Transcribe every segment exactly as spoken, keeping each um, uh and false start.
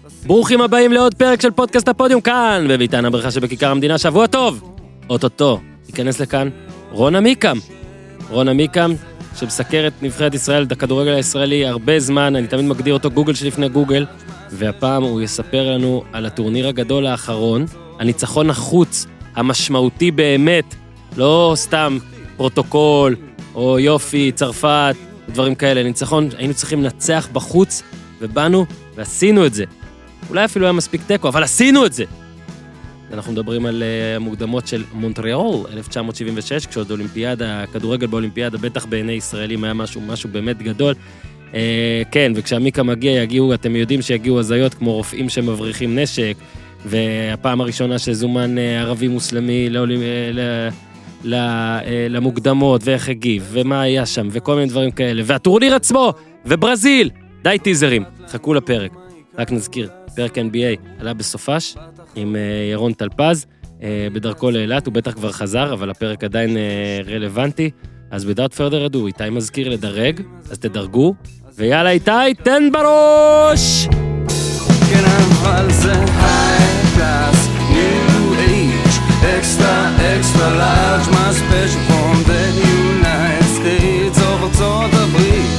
ברוכים הבאים לעוד פרק של פודקאסט הפודיום כאן, בביתן הברכה שבכיכר המדינה. שבוע טוב, אוטוטו, ייכנס לכאן רון עמיקם. רון עמיקם, שמסקר את נבחרת ישראל, את הכדורגל הישראלי, הרבה זמן, אני תמיד מגדיר אותו גוגל שלפני גוגל, והפעם הוא יספר לנו על הטורניר הגדול האחרון, הניצחון החוץ, המשמעותי באמת, לא סתם פרוטוקול, או יופי, צרפת, דברים כאלה, ניצחון, היינו צריכים לנצח בחוץ, ובאנו ועשינו את זה. אולי אפילו היה מספיק טקו, אבל עשינו את זה. אנחנו מדברים על uh, המוקדמות של מונטריאול, אלף תשע מאות שבעים ושש, כשעוד אולימפיאדה, הכדורגל באולימפיאדה, בטח בעיני ישראלים היה משהו, משהו באמת גדול. Uh, כן, וכשהמיקה מגיע, יגיעו, אתם יודעים שיגיעו הזיות כמו רופאים שמבריחים נשק, והפעם הראשונה שזומן uh, ערבי מוסלמי לעולים, uh, ל, ל, uh, למוקדמות, ואיך הגיב, ומה היה שם, וכל מיני דברים כאלה, והטורניר עצמו, וברזיל, די טיזרים, חכו לפרק. רק נזכיר, פרק אן בי איי עלה בסופש עם ירון טלפז, בדרכו לאילת, הוא בטח כבר חזר, אבל הפרק עדיין רלוונטי, אז without further ado, איתי מזכיר לדרג, אז תדרגו, ויאללה איתי, תן בראש! כן, אבל זה high class, new age, extra, extra large, my special from the United States of ארצות הברית.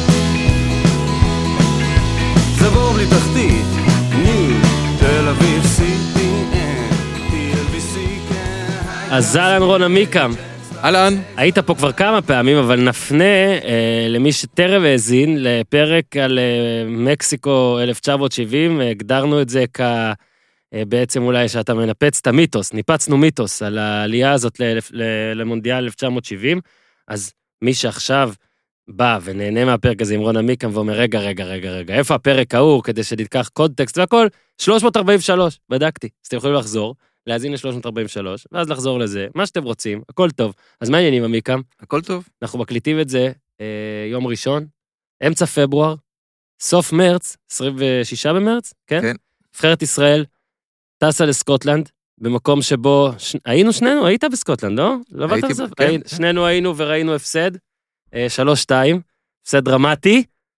זה בור בלי תחתית, ניו, תל אביב, סי פי אן, טי אל בי סי, כן. אז אהלן רון עמיקם. אהלן. היית פה כבר כמה פעמים, אבל נפנה אה, למי שטרם האזין לפרק על אה, מקסיקו אלף תשע מאות שבעים, הגדרנו את זה כ... אה, בעצם אולי שאתה מנפץ את המיתוס, ניפצנו מיתוס על העלייה הזאת לאלף, למונדיאל אלף תשע מאות שבעים, אז מי שעכשיו בא ונהנה מהפרק הזה עם רון עמיקם ואומר, רגע, רגע, רגע, רגע, איפה הפרק ההוא כדי שנתקח קונטקסט והכל? שלוש מאות ארבעים ושלוש, בדקתי. אז אתם יכולים לחזור, להזין ל-שלוש מאות ארבעים ושלוש, ואז לחזור לזה, מה שאתם רוצים, הכל טוב. אז מה העניינים עמיקם? הכל טוב. אנחנו מקליטים את זה אה, יום ראשון, אמצע פברואר, סוף מרץ, עשרים ושישה במרץ, כן? כן. נבחרת ישראל טסה לסקוטלנד, במקום שבו, ש... היינו שנינו, היית בסקוטלנד, לא? לא הייתי, בסוף? כן. הי... שנינו היינו וראינו הפסד, שלוש שתיים, הפסד דרמטי,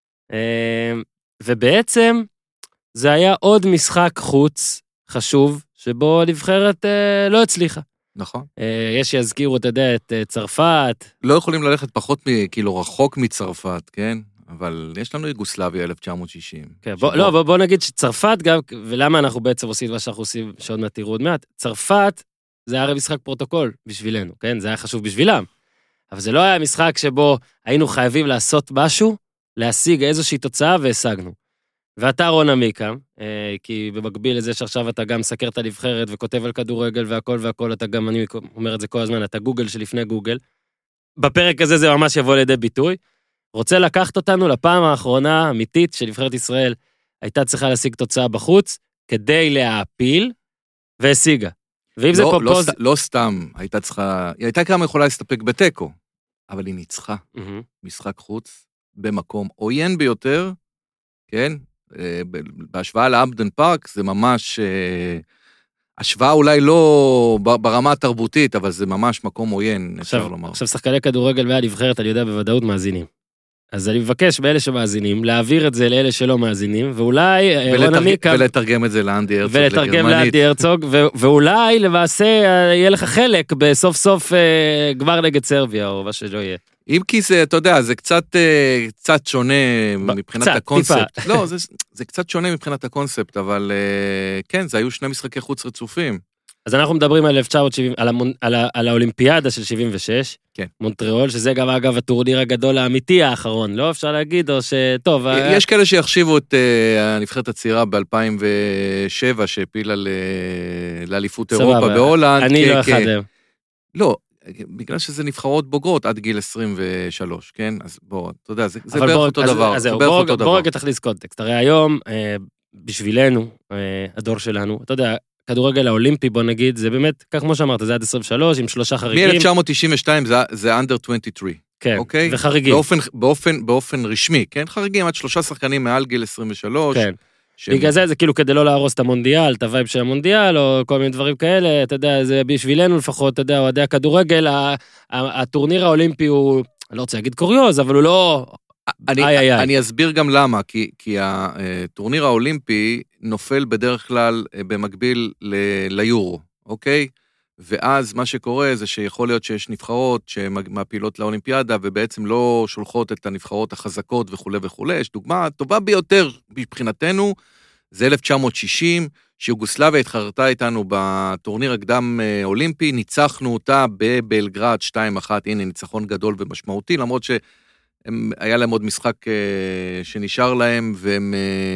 ובעצם זה היה עוד משחק חוץ חשוב, שבו הנבחרת לא הצליחה. נכון. יש שיזכירו, אתה יודע, את צרפת. לא יכולים ללכת פחות, כאילו רחוק מצרפת, כן? אבל יש לנו יוגוסלביה אלף תשע מאות שישים. כן, בוא, לא, בוא, בוא נגיד שצרפת גם, ולמה אנחנו בעצם עושים מה שאנחנו עושים, שעוד מעט תראו עוד מעט, צרפת זה היה משחק פרוטוקול בשבילנו, כן? זה היה חשוב בשבילם. אבל זה לא היה משחק שבו היינו חייבים לעשות משהו, להשיג איזושהי תוצאה והשגנו. ואתה רון עמיקם, כי במקביל לזה שעכשיו אתה גם סקר את הנבחרת וכותב על כדורגל והכל והכל, אתה גם, אני אומר את זה כל הזמן, אתה גוגל שלפני גוגל. בפרק הזה זה ממש יבוא לידי ביטוי. רוצה לקחת אותנו לפעם האחרונה האמיתית שנבחרת ישראל הייתה צריכה להשיג תוצאה בחוץ, כדי להעפיל, והשיגה. ואם לא, זה פה לא, פוז... סת, לא סתם, הייתה צריכה, היא הייתה כמה יכולה להסתפק בטקו, אבל היא ניצחה. Mm-hmm. משחק חוץ, במקום עוין ביותר, כן? בהשוואה לאבדן פארק, זה ממש, השוואה אולי לא ברמה התרבותית, אבל זה ממש מקום עוין, אפשר לומר. עכשיו שחקני כדורגל והנבחרת, אני יודע בוודאות מאזינים. אז אני מבקש באלה שמאזינים, להעביר את זה לאלה שלא מאזינים, ואולי רון עמיקם... ולתרגם את זה לאנדי הרצוג לגרמנית. ולתרגם לאנדי הרצוג, ואולי למעשה יהיה לך חלק בסוף סוף גמר נגד סרביה, או מה שלא יהיה. אם כי זה, אתה יודע, זה קצת, קצת שונה מבחינת הקונספט. לא, זה, זה קצת שונה מבחינת הקונספט, אבל כן, זה היו שני משחקי חוץ רצופים. אז אנחנו מדברים על אלף תשע מאות שבעים, על, המונ... על, ה... על האולימפיאדה של שבעים ושש, כן. מונטריאול, שזה גם אגב הטורניר הגדול האמיתי האחרון, לא אפשר להגיד, או שטוב... יש ה... כאלה שיחשיבו את uh, הנבחרת הצעירה ב-אלפיים ושבע, שהפילה ל... לאליפות אירופה בהולנד. אני כ... לא כ... אחד להם. לא, בגלל שזה נבחרות בוגרות עד גיל עשרים ושלוש, כן? אז בוא, אתה יודע, זה, זה בערך בוא, אותו אז, דבר. אז זה בוא, בערך בוא, אותו בוא דבר. רגע תכניס קונטקסט, הרי היום, אה, בשבילנו, אה, הדור שלנו, אתה יודע, כדורגל האולימפי, בוא נגיד, זה באמת, כך כמו שאמרת, זה עד עשרים ושלוש, עם שלושה חריגים. מ-אלף תשע מאות תשעים ושתיים זה, זה under עשרים ושלוש. כן, אוקיי? וחריגים. באופן, באופן, באופן רשמי, כן? חריגים עד שלושה שחקנים מעל גיל עשרים ושלוש. כן. שהם... בגלל זה, זה כאילו כדי לא להרוס את המונדיאל, את הווייב של המונדיאל, או כל מיני דברים כאלה, אתה יודע, זה בשבילנו לפחות, אתה יודע, אוהדי הכדורגל, הטורניר האולימפי הוא, אני לא רוצה להגיד קוריוז, אבל הוא לא אני, איי, איי, איי. אני אסביר גם למה, כי, כי הטורניר האולימפי נופל בדרך כלל במקביל ל- ליורו, אוקיי? ואז מה שקורה זה שיכול להיות שיש נבחרות שמעפילות לאולימפיאדה, ובעצם לא שולחות את הנבחרות החזקות וכו' וכו'. יש דוגמה טובה ביותר מבחינתנו, זה אלף תשע מאות שישים, שיוגוסלביה התחרתה איתנו בטורניר הקדם אולימפי, ניצחנו אותה בבלגרד שתיים אחת, הנה ניצחון גדול ומשמעותי, למרות שהיה להם עוד משחק שנשאר להם, והם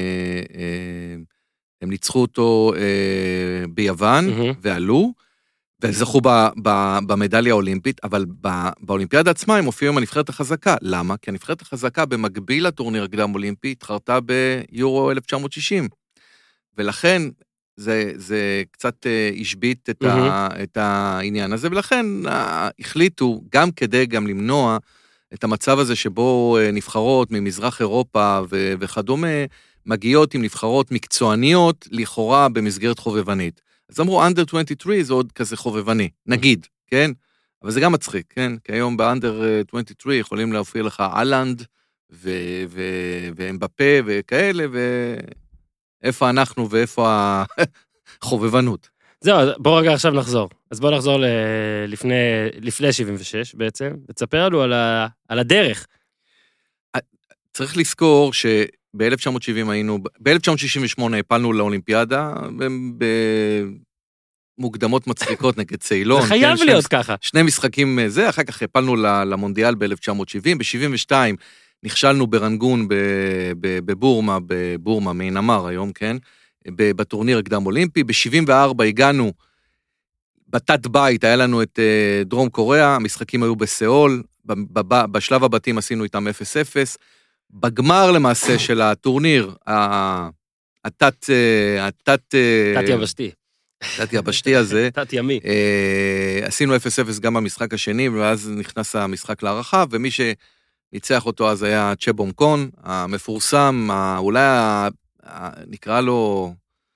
הם ניצחו אותו ביוון, mm-hmm. ועלו, וזכו ב, ב, במדליה האולימפית, אבל ב, באולימפיאדה עצמה הם הופיעו עם הנבחרת החזקה. למה? כי הנבחרת החזקה במקביל לטורניר הקדם אולימפי, התחרתה ביורו אלף תשע מאות שישים. ולכן זה, זה קצת השבית את, mm-hmm. ה, את העניין הזה, ולכן החליטו גם כדי גם למנוע את המצב הזה שבו נבחרות ממזרח אירופה ו, וכדומה, מגיעות עם נבחרות מקצועניות, לכאורה במסגרת חובבנית. אז אמרו, אנדר עשרים ושלוש זה עוד כזה חובבני, נגיד, כן? אבל זה גם מצחיק, כן? כי היום באנדר עשרים ושלוש יכולים להופיע לך אלנד, ואמבפה וכאלה, ואיפה אנחנו ואיפה החובבנות. זהו, בוא רגע עכשיו נחזור. אז בוא נחזור לפני שבעים ושש בעצם, ותספר לנו על הדרך. צריך לזכור ש... ב-אלף תשע מאות שבעים היינו, ב-אלף תשע מאות שישים ושמונה הפלנו לאולימפיאדה, במוקדמות מצחיקות נגד ציילון. זה חייב כן, להיות שני, ככה. שני משחקים זה, אחר כך הפלנו למונדיאל ב-אלף תשע מאות שבעים, ב-שבעים ושתיים נכשלנו ברנגון בבורמה, בבורמה, מיינמר היום, כן, בטורניר הקדם אולימפי, ב-שבעים וארבע הגענו, בתת בית, היה לנו את דרום קוריאה, המשחקים היו בסיאול, בשלב הבתים עשינו איתם אפס אפס, בגמר למעשה של הטורניר, התת, התת, תת יבשתי. תת יבשתי הזה. תת ימי. עשינו אפס אפס גם במשחק השני, ואז נכנס המשחק להערכה, ומי שניצח אותו אז היה צ'בום קון, המפורסם, אולי נקרא לו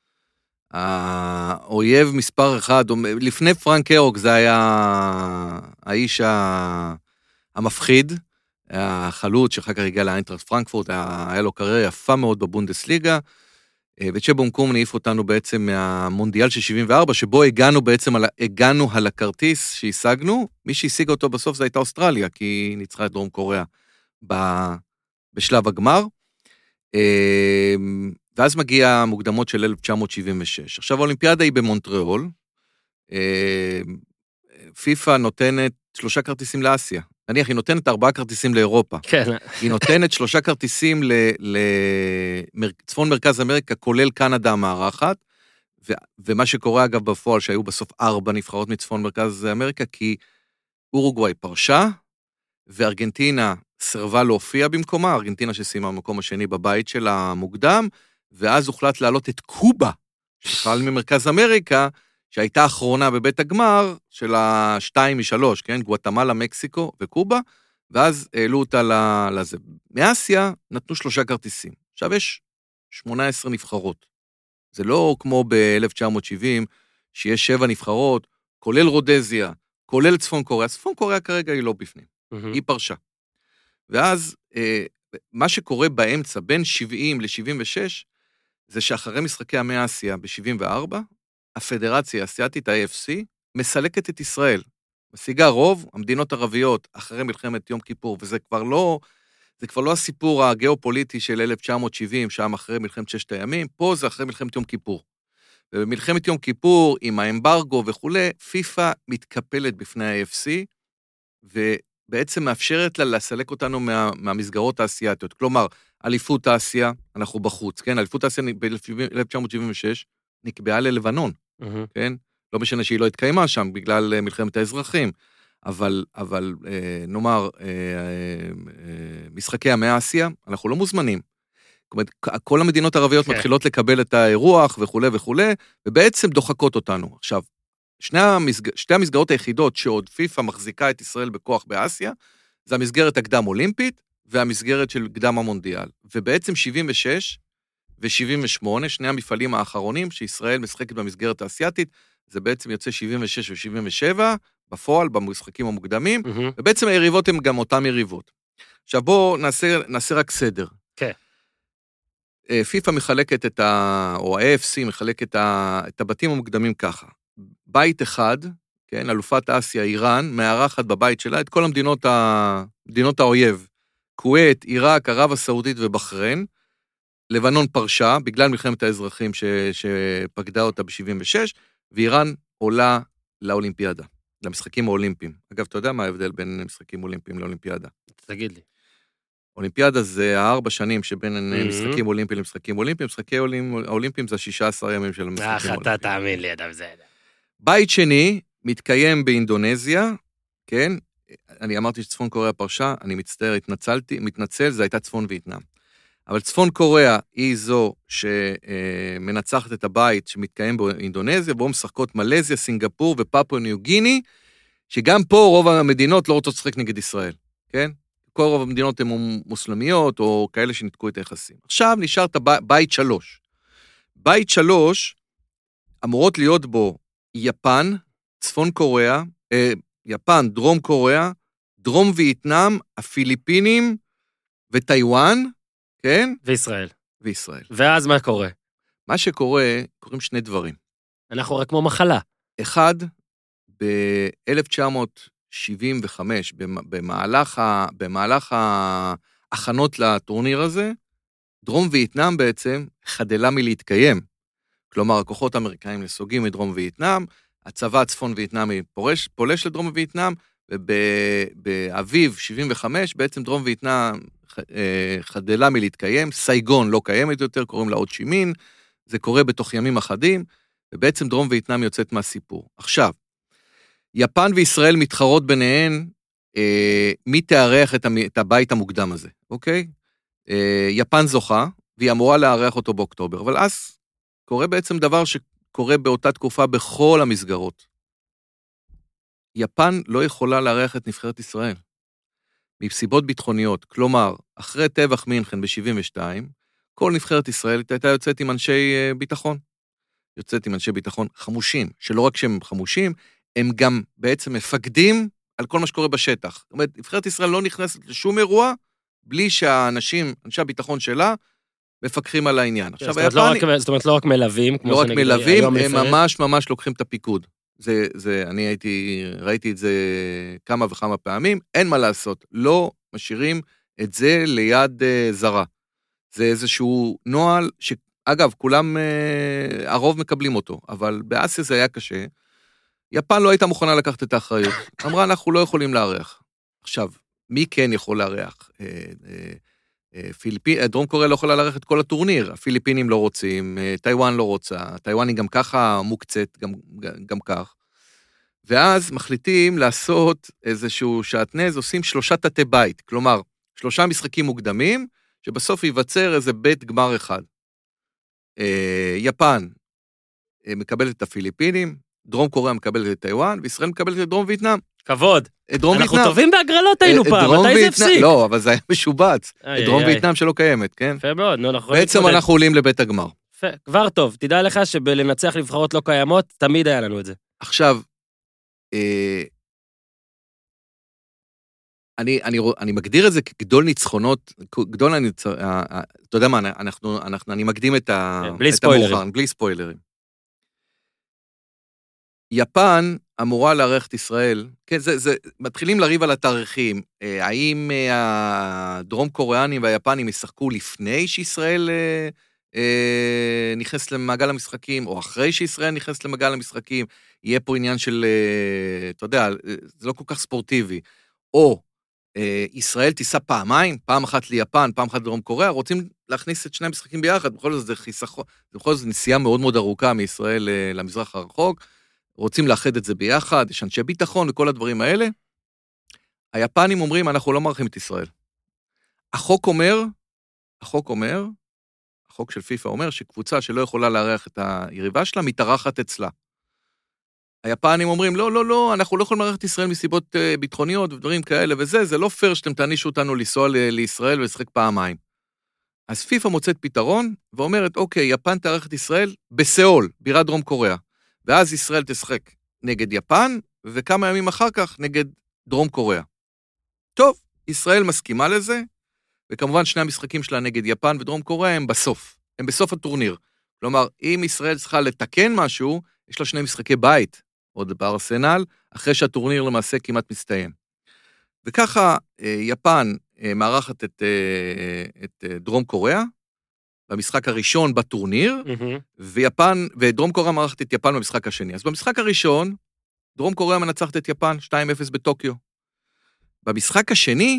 האויב מספר אחד, לפני פרנק קרוג זה היה האיש המפחיד, החלוץ שאחר כך הגיע לאיינטראכט פרנקפורט, היה לו קריירה יפה מאוד בבונדסליגה, וצ'בום קום נעיף אותנו בעצם מהמונדיאל של שבעים וארבע, שבו הגענו בעצם, הגענו על הכרטיס שהשגנו, מי שהשיג אותו בסוף זה הייתה אוסטרליה, כי היא ניצחה את דרום קוריאה בשלב הגמר, ואז מגיע המוקדמות של אלף תשע מאות שבעים ושש. עכשיו האולימפיאדה היא במונטריאול, פיפה נותנת שלושה כרטיסים לאסיה, נניח, היא נותנת ארבעה כרטיסים לאירופה. כן. היא נותנת שלושה כרטיסים לצפון מרכז אמריקה, כולל קנדה המארחת, ומה שקורה אגב בפועל, שהיו בסוף ארבע נבחרות מצפון מרכז אמריקה, כי אורוגוואי פרשה, וארגנטינה סרבה להופיע במקומה, ארגנטינה שסיימה במקום השני בבית של המוקדם, ואז הוחלט להעלות את קובה, שחל ממרכז אמריקה, שהייתה אחרונה בבית הגמר של השתיים משלוש, כן? גואטמלה, מקסיקו וקובה, ואז העלו אותה לזה. מאסיה נתנו שלושה כרטיסים. עכשיו יש שמונה עשרה נבחרות. זה לא כמו ב-אלף תשע מאות שבעים, שיש שבע נבחרות, כולל רודזיה, כולל צפון קוריאה. צפון קוריאה כרגע היא לא בפנים. Mm-hmm. היא פרשה. ואז מה שקורה באמצע, בין שבעים ל-שבעים ושש, זה שאחרי משחקי המאה אסיה ב-שבעים וארבע, הפדרציה האסייתית, ה-איי אף סי, מסלקת את ישראל. משיגה רוב, המדינות ערביות, אחרי מלחמת יום כיפור, וזה כבר לא, זה כבר לא הסיפור הגיאופוליטי של אלף תשע מאות שבעים, שם אחרי מלחמת ששת הימים, פה זה אחרי מלחמת יום כיפור. ובמלחמת יום כיפור, עם האמברגו וכו', פיפה מתקפלת בפני ה-איי אף סי, ובעצם מאפשרת לה לסלק אותנו מה, מהמסגרות האסייתיות. כלומר, אליפות אסיה, אנחנו בחוץ, כן? אליפות אסיה ב-אלף תשע מאות שבעים ושש, נקבעה ללבנון, mm-hmm. כן? לא משנה שהיא לא התקיימה שם, בגלל מלחמת האזרחים, אבל, אבל אה, נאמר, אה, אה, משחקי המאה אסיה, אנחנו לא מוזמנים. זאת אומרת, כל המדינות הערביות okay. מתחילות לקבל את האירוח וכו' וכו', ובעצם דוחקות אותנו. עכשיו, שני המסג... שתי המסגרות היחידות שעוד פיפה מחזיקה את ישראל בכוח באסיה, זה המסגרת הקדם אולימפית, והמסגרת של קדם המונדיאל. ובעצם שבעים ושש, ו-שבעים ושמונה, שני המפעלים האחרונים שישראל משחקת במסגרת האסייתית, זה בעצם יוצא שבעים ושש ו-שבעים ושבע, בפועל, במשחקים המוקדמים, mm-hmm. ובעצם היריבות הן גם אותן יריבות. עכשיו בואו נעשה, נעשה רק סדר. כן. פיפה מחלקת את ה... או ה-איי אף סי מחלק את, ה... את הבתים המוקדמים ככה. בית אחד, כן, אלופת אסיה, איראן, מארחת בבית שלה את כל המדינות ה... מדינות האויב. כווית, עיראק, ערב הסעודית ובחריין. לבנון פרשה, בגלל מלחמת האזרחים ש... שפקדה אותה ב-שבעים ושש, ואיראן עולה לאולימפיאדה, למשחקים האולימפיים. אגב, אתה יודע מה ההבדל בין משחקים אולימפיים לאולימפיאדה? תגיד לי. אולימפיאדה זה הארבע שנים שבין Mm-hmm. משחקים אולימפיים למשחקים אולימפיים, משחקי האולימפיים זה ה-שישה עשר ימים של המשחקים אך, האולימפיים. אתה תאמין לי, אדם זה. בית שני מתקיים באינדונזיה, כן? אני אמרתי שצפון קוריאה פרשה, אני מצטער, התנצלתי, מתנצל, זה הייתה צפון וייטנאם. אבל צפון קוריאה היא זו שמנצחת את הבית שמתקיים באינדונזיה, בו משחקות מלזיה, סינגפור ופפואה ניו גיני, שגם פה רוב המדינות לא רוצות לשחק נגד ישראל, כן? כל רוב המדינות הן מוסלמיות, או כאלה שניתקו את היחסים. עכשיו נשאר את בית שלוש. בית שלוש, אמורות להיות בו יפן, צפון קוריאה, אה, יפן, דרום קוריאה, דרום וייטנאם, הפיליפינים וטיואן, כן? וישראל. וישראל. ואז מה קורה? מה שקורה, קוראים שני דברים. אנחנו רק כמו מחלה. אחד, ב-אלף תשע מאות שבעים וחמש, במהלך, ה, במהלך ההכנות לטורניר הזה, דרום וייטנאם בעצם חדלה מלהתקיים. כלומר, הכוחות האמריקאים נסוגים מדרום וייטנאם, הצבא הצפון וייטנאמי פורש, פולש לדרום וייטנאם, ובאביב שבעים וחמש, בעצם דרום וייטנאם חדלה מלהתקיים, סייגון לא קיימת יותר, קוראים לה עוד שימין, זה קורה בתוך ימים אחדים, ובעצם דרום וייטנאם יוצאת מהסיפור. עכשיו, יפן וישראל מתחרות ביניהן, אה, מי תארח את, המ, את הבית המוקדם הזה, אוקיי? אה, יפן זוכה, והיא אמורה לארח אותו באוקטובר, אבל אז קורה בעצם דבר שקורה באותה תקופה בכל המסגרות. יפן לא יכולה לארח את נבחרת ישראל, מסיבות ביטחוניות, כלומר, אחרי טבח מינכן ב-שבעים ושתיים, כל נבחרת ישראלית הייתה יוצאת עם אנשי ביטחון, יוצאת עם אנשי ביטחון חמושים, שלא רק שהם חמושים, הם גם בעצם מפקדים על כל מה שקורה בשטח. זאת אומרת, נבחרת ישראל לא נכנסת לשום אירוע, בלי שהאנשים, אנשי הביטחון שלה, מפקחים על העניין. עכשיו, זאת אומרת, לא רק מלווים, לא רק מלווים, הם ממש ממש לוקחים את הפיקוד. זה, זה, אני הייתי, ראיתי את זה כמה וכמה פעמים, אין מה לעשות, לא משאירים את זה ליד uh, זרה. זה איזשהו נוהל, שאגב, כולם, uh, הרוב מקבלים אותו, אבל באסיה זה היה קשה, יפן לא הייתה מוכנה לקחת את האחריות, אמרה, אנחנו לא יכולים לארח. עכשיו, מי כן יכול לארח? Uh, uh, uh, פיליפין, דרום קוריאה לא יכולה לארח את כל הטורניר, הפיליפינים לא רוצים, uh, טיואן לא רוצה, טיואן היא גם ככה מוקצת, גם, גם כך. ואז מחליטים לעשות איזשהו שעטנז, עושים שלושה תתי בית, כלומר, שלושה משחקים מוקדמים, שבסוף ייווצר איזה בית גמר אחד. אה, יפן מקבלת את הפיליפינים, דרום קוריאה מקבלת את טיואן, וישראל מקבלת את דרום וייטנאם. כבוד. אנחנו ויטנאם. טובים בהגרלות היינו פעם, מתי זה הפסיק? לא, אבל זה היה משובץ. את דרום וייטנאם שלא קיימת, כן? יפה מאוד, נו, אנחנו בעצם אנחנו עולים לבית הגמר. יפה, כבר טוב, תדע לך שבלנצח נבחרות לא קיימות, תמיד היה לנו את זה. עכשיו, אני, אני, אני מגדיר את זה כגדול ניצחונות, גדול הניצחונות, אתה יודע מה, אנחנו, אנחנו, אני מקדים את המאוחר, בלי ספוילרים. יפן אמורה לארח את ישראל, כן, זה, זה, מתחילים לריב על התאריכים, האם הדרום קוריאנים והיפנים ישחקו לפני שישראל נכנס למעגל המשחקים, או אחרי שישראל נכנס למעגל המשחקים, יהיה פה עניין של, אתה יודע, זה לא כל כך ספורטיבי, או ישראל תיסע פעמיים, פעם אחת ליפן, פעם אחת לדרום קוריאה, רוצים להכניס את שני המשחקים ביחד, בכל זאת זה חיסכון, בכל זאת נסיעה מאוד מאוד ארוכה מישראל למזרח הרחוק, רוצים לאחד את זה ביחד, יש אנשי ביטחון וכל הדברים האלה, היפנים אומרים, אנחנו לא מארחים את ישראל. החוק אומר, החוק אומר, החוק של פיפה אומר שקבוצה שלא יכולה לארח את היריבה שלה, מתארחת אצלה. היפנים אומרים, לא, לא, לא, אנחנו לא יכולים לארח את ישראל מסיבות uh, ביטחוניות ודברים כאלה וזה, זה לא פייר שאתם תענישו אותנו לנסוע ל- לישראל ולשחק פעמיים. אז פיפה מוצאת פתרון ואומרת, אוקיי, יפן תארח את ישראל בסיאול, בירת דרום קוריאה, ואז ישראל תשחק נגד יפן, וכמה ימים אחר כך נגד דרום קוריאה. טוב, ישראל מסכימה לזה, וכמובן שני המשחקים שלה נגד יפן ודרום קוריאה הם בסוף, הם בסוף הטורניר. כלומר, אם ישראל צריכה לתקן משהו, יש לה שני משחקי בית, עוד בארסנל, אחרי שהטורניר למעשה כמעט מסתיים. וככה יפן מארחת את, את דרום קוריאה, במשחק הראשון בטורניר, mm-hmm. ויפן, ודרום קוריאה מארחת את יפן במשחק השני. אז במשחק הראשון, דרום קוריאה מנצחת את יפן, שתיים אפס בטוקיו. במשחק השני,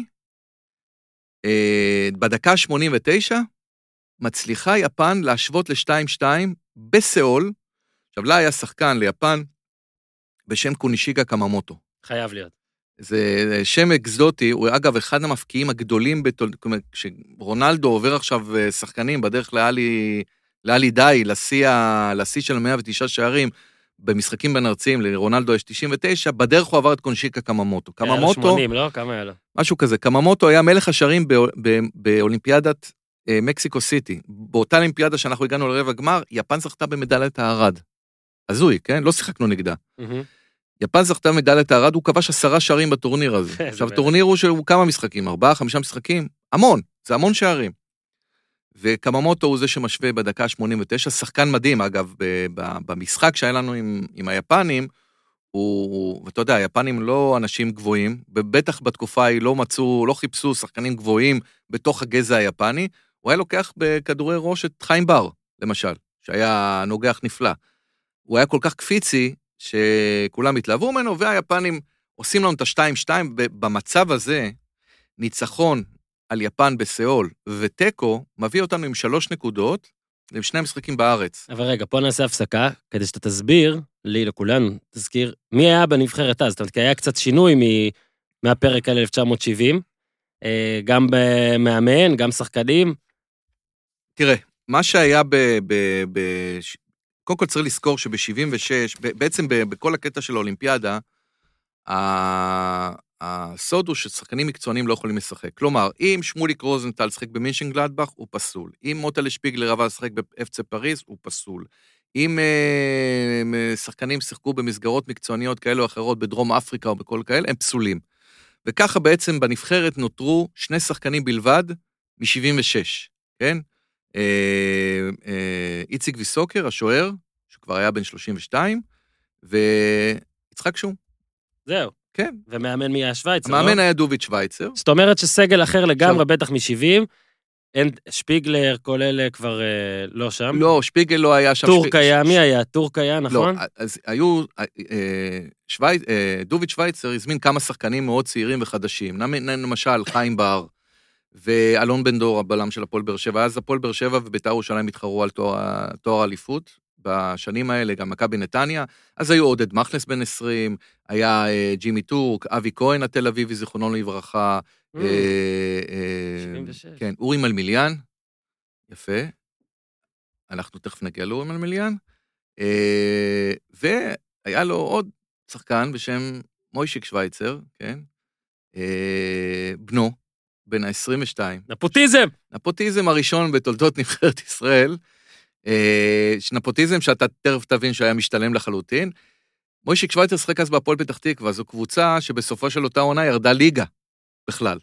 בדקה שמונים ותשע, מצליחה יפן להשוות ל-שתיים שתיים בסיאול. עכשיו, לה היה שחקן ליפן בשם קונישיגה קממוטו. חייב להיות. זה שם אקזוטי, הוא אגב אחד המפקיעים הגדולים, בתול... כשרונלדו עובר עכשיו שחקנים בדרך לאלי, לאלי די, לשיא, לשיא של מאה ותשע שערים, במשחקים בין ארציים, לרונלדו יש תשעים ותשע, בדרך הוא עבר את קונישיגה קממוטו. קממוטו... שמונים, לא? כמה היה לו? משהו כזה. קממוטו היה מלך השערים ב... ב... באולימפיאדת מקסיקו סיטי. באותה אולימפיאדה שאנחנו הגענו לרבע גמר, יפן זכתה במדליית הארד. הזוי, כן? לא שיחקנו נגדה. יפן זכתה במדליית הארד, הוא כבש עשרה שערים בטורניר הזה. עכשיו, הטורניר הוא של כמה משחקים, ארבעה, חמישה משחקים, המון, זה המון שערים. וקממוטו הוא זה שמשווה בדקה שמונים ותשע, שחקן מדהים, אגב, במשחק שהיה לנו עם, עם היפנים, הוא, ואתה יודע, היפנים לא אנשים גבוהים, בטח בתקופה היא לא מצאו, לא חיפשו שחקנים גבוהים בתוך הגזע היפני, הוא היה לוקח בכדורי ראש את חיים בר, למשל, שהיה נוגח נפלא. הוא היה כל כך קפיצי, שכולם התלהבו ממנו, והיפנים עושים לנו את ה-שתיים שתיים, במצב הזה, ניצחון על יפן בסיאול וטקו, מביא אותנו עם שלוש נקודות, עם שני משחקים בארץ. אבל רגע, פה נעשה הפסקה, כדי שאתה תסביר, לי לכולנו, תזכיר, מי היה בנבחרת אז? זאת אומרת, כי היה קצת שינוי מהפרק על אלף תשע מאות שבעים, גם במאמן, גם שחקנים. תראה, מה שהיה ב... ב, ב קודם כל צריך לזכור שב-שבעים ושש, בעצם בכל הקטע של האולימפיאדה, הסוד הוא ששחקנים מקצוענים לא יכולים לשחק. כלומר, אם שמוליק רוזנטל שחק במינשנגלדבך, הוא פסול. אם מוטלה שפיגלר אבל שחק באף סי פריז, הוא פסול. אם שחקנים שיחקו במסגרות מקצועניות כאלה או אחרות, בדרום אפריקה או בכל כאלה, הם פסולים. וככה בעצם בנבחרת נותרו שני שחקנים בלבד מ-שבעים ושש, כן? איציק ויסוקר, השוער, שכבר היה בן שלושים ושתיים, ויצחק שום. זהו. כן. ומאמן מי היה שוויצר, לא? המאמן היה דוביץ' שוויצר. זאת אומרת שסגל אחר לגמרי, בטח מ-שבעים, שפיגלר, כל אלה כבר לא שם. לא, שפיגל לא היה שם. טורק היה, מי היה? טורק היה, נכון? לא, אז היו, דוביץ' שוויצר הזמין כמה שחקנים מאוד צעירים וחדשים, למשל חיים בר, ואלון בן דור, הבלם של הפועל באר שבע, אז הפועל באר שבע ובית"ר ירושלים התחרו על תואר האליפות, בשנים האלה גם מכבי נתניה, אז היו עודד מכנס בן עשרים, היה ג'ימי טורק, אבי כהן התל אביבי, זיכרונו לברכה, כן, אורי מלמיליאן, יפה, אנחנו תכף נגיע לאורי מלמיליאן, והיה לו עוד שחקן בשם מוישיק שוויצר, כן, בנו, בין ה-עשרים ושתיים. נפוטיזם! נפוטיזם הראשון בתולדות נבחרת ישראל, נפוטיזם שאתה תכף תבין שהיה משתלם לחלוטין. מוישיק שוויצר שחק אז בהפועל פתח תקווה, זו קבוצה שבסופו של אותה עונה ירדה ליגה, בכלל.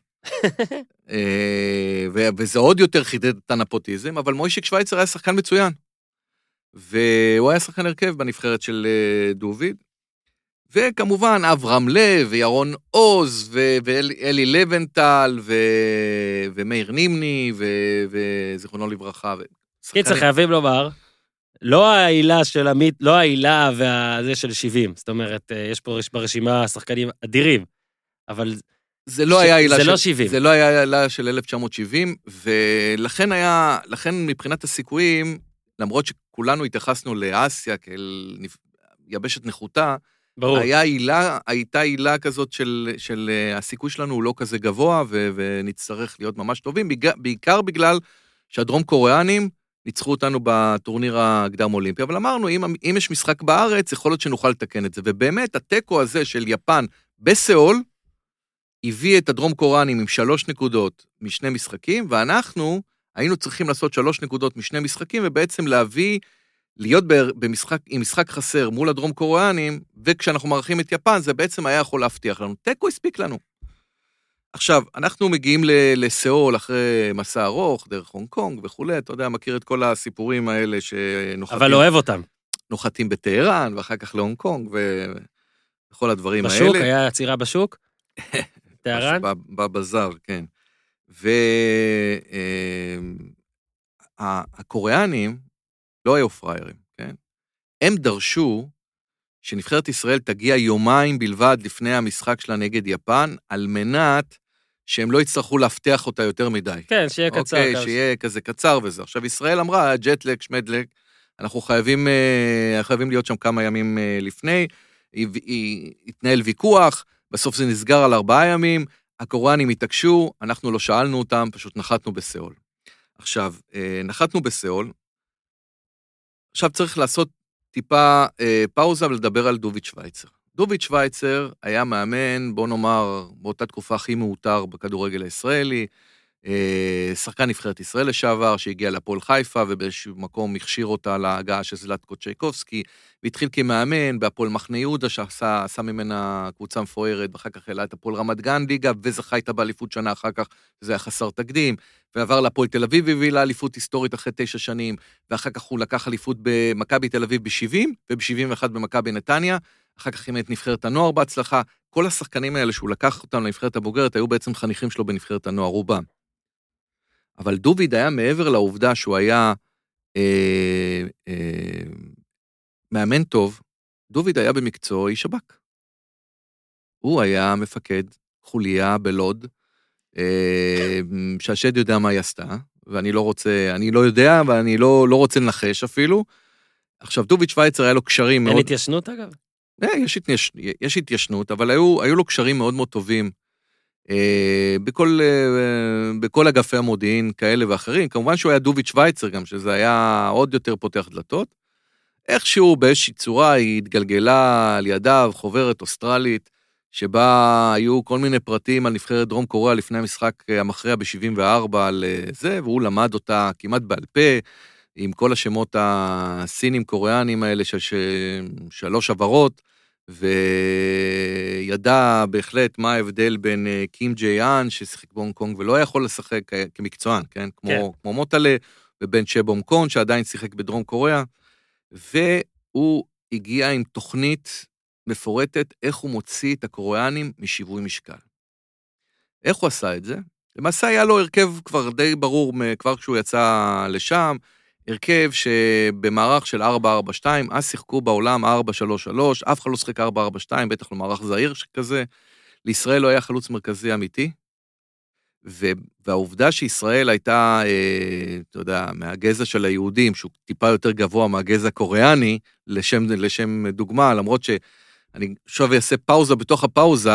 וזה עוד יותר חידד את הנפוטיזם, אבל מוישיק שוויצר היה שחקן מצוין. והוא היה שחקן הרכב בנבחרת של דוביד. וכמובן, אברהם לב, וירון עוז, ואלי לבנטל, ומאיר נימני, וזיכרונו לברכה. קיצר, חייבים לומר, לא העילה של עמית, לא העילה והזה של שבעים, זאת אומרת, יש פה ברשימה שחקנים אדירים, אבל זה לא היה העילה של, של, שבעים. זה לא היה העילה של אלף תשע מאות שבעים, ולכן היה, לכן מבחינת הסיכויים, למרות שכולנו התייחסנו לאסיה כאל יבשת נחותה, ברור. היה עילה, הייתה עילה כזאת של, של הסיכוי שלנו הוא לא כזה גבוה, ו, ונצטרך להיות ממש טובים, בעיקר בגלל שהדרום קוריאנים ניצחו אותנו בטורניר הקדם אולימפי, אבל אמרנו, אם, אם יש משחק בארץ, יכול להיות שנוכל לתקן את זה, ובאמת, הטקו הזה של יפן בסיאול, הביא את הדרום קוריאנים עם שלוש נקודות משני משחקים, ואנחנו היינו צריכים לעשות שלוש נקודות משני משחקים, ובעצם להביא, להיות במשחק, עם משחק חסר מול הדרום קוריאנים, וכשאנחנו מערכים את יפן, זה בעצם היה יכול להבטיח לנו. טקו הספיק לנו. עכשיו, אנחנו מגיעים לסיאול אחרי מסע ארוך, דרך הונג קונג וכולי, אתה יודע, מכיר את כל הסיפורים האלה שנוחתים. אבל אוהב אותם. נוחתים בטהרן, ואחר כך להונג קונג, וכל הדברים האלה. בשוק, היה עצירה בשוק? טהרן? בבזר, כן. והקוריאנים לא היו פריירים, כן? הם דרשו שנבחרת ישראל תגיע יומיים בלבד לפני המשחק שלה נגד יפן, על מנת שהם לא יצטרכו להפתח אותה יותר מדי. כן, שיהיה קצר. אוקיי, שיהיה כזה קצר וזה. עכשיו, ישראל אמרה, ג'טלג, שמדלג, אנחנו חייבים, חייבים להיות שם כמה ימים לפני, התנהל ויכוח, בסוף זה נסגר על ארבעה ימים, הקוריאנים התעקשו, אנחנו לא שאלנו אותם, פשוט נחתנו בסיאול. עכשיו, נחתנו בסיאול, עכשיו צריך לעשות טיפה אה, פאוזה ולדבר על דוביד שוויצר. דוביד שוויצר היה מאמן, בוא נאמר, באותה תקופה הכי מאותר בכדורגל הישראלי, אה, שחקן נבחרת ישראל לשעבר, שהגיע לפועל חיפה, ובאיזשהו מקום הכשיר אותה להגעה של זלטקו צ'ייקובסקי, והתחיל כמאמן בהפועל מחנה יהודה, שעשה ממנה קבוצה מפוארת, ואחר כך העלה את הפועל רמת גן ליגה, וזכה איתה באליפות שנה אחר כך, זה היה חסר תקדים, ועבר לפועל תל אביב, והביא לה אליפות היסטורית אחרי תשע שנים, ואחר כך הוא לקח אליפות במכבי תל אביב ב-שבעים, וב-שבעים ואחת במכבי נתניה, אחר כך אימן את נבחרת הנוער בהצלחה, כל השחקנים האלה שהוא לקח אותם לנבחרת הבוגרת, היו בעצם חניכים שלו בנבחרת הנוער, רובם. אבל דוביד היה מעבר לעובדה שהוא היה אה, אה, מאמן טוב, דוביד היה במקצוע איש שב"כ. הוא היה מפקד חוליה בלוד, אה, שהשד יודע מה היא עשתה, ואני לא רוצה, אני לא יודע, ואני לא, לא רוצה לנחש אפילו. עכשיו, דוביד שוויצר היה לו קשרים מאוד... אין התיישנות אגב? יש, יש, יש התיישנות, אבל היו, היו לו קשרים מאוד מאוד טובים, בכל, בכל אגפי המודיעין כאלה ואחרים, כמובן שהוא היה דוביד שוויצר גם, שזה היה עוד יותר פותח דלתות, איכשהו באיזושהי צורה היא התגלגלה על ידיו, חוברת אוסטרלית, שבה היו כל מיני פרטים על נבחרת דרום קוריאה לפני המשחק המכריע ב-שבעים וארבע על זה, והוא למד אותה כמעט בעל פה, עם כל השמות הסינים קוריאנים האלה של שלוש עברות, וידע בהחלט מה ההבדל בין קים ג'יי-אן, ששיחק בהונג קונג ולא יכול לשחק כמקצוען, כן? כמו, כן. כמו מוטלה, ובין שבום קון, שעדיין שיחק בדרום קוריאה, והוא הגיע עם תוכנית מפורטת, איך הוא מוציא את הקוריאנים משיווי משקל. איך הוא עשה את זה? למעשה היה לו הרכב כבר די ברור, כבר כשהוא יצא לשם, הרכב שבמערך של ארבע ארבע שתיים, אז שיחקו בעולם ארבע שלוש שלוש, אף אחד לא שחק ארבע ארבע שתיים, בטח לא מערך זהיר שכזה, לישראל לא היה חלוץ מרכזי אמיתי, והעובדה שישראל הייתה, אתה יודע, מהגזע של היהודים, שהוא טיפה יותר גבוה מהגזע הקוריאני, לשם, לשם דוגמה, למרות שאני שוב אעשה פאוזה בתוך הפאוזה,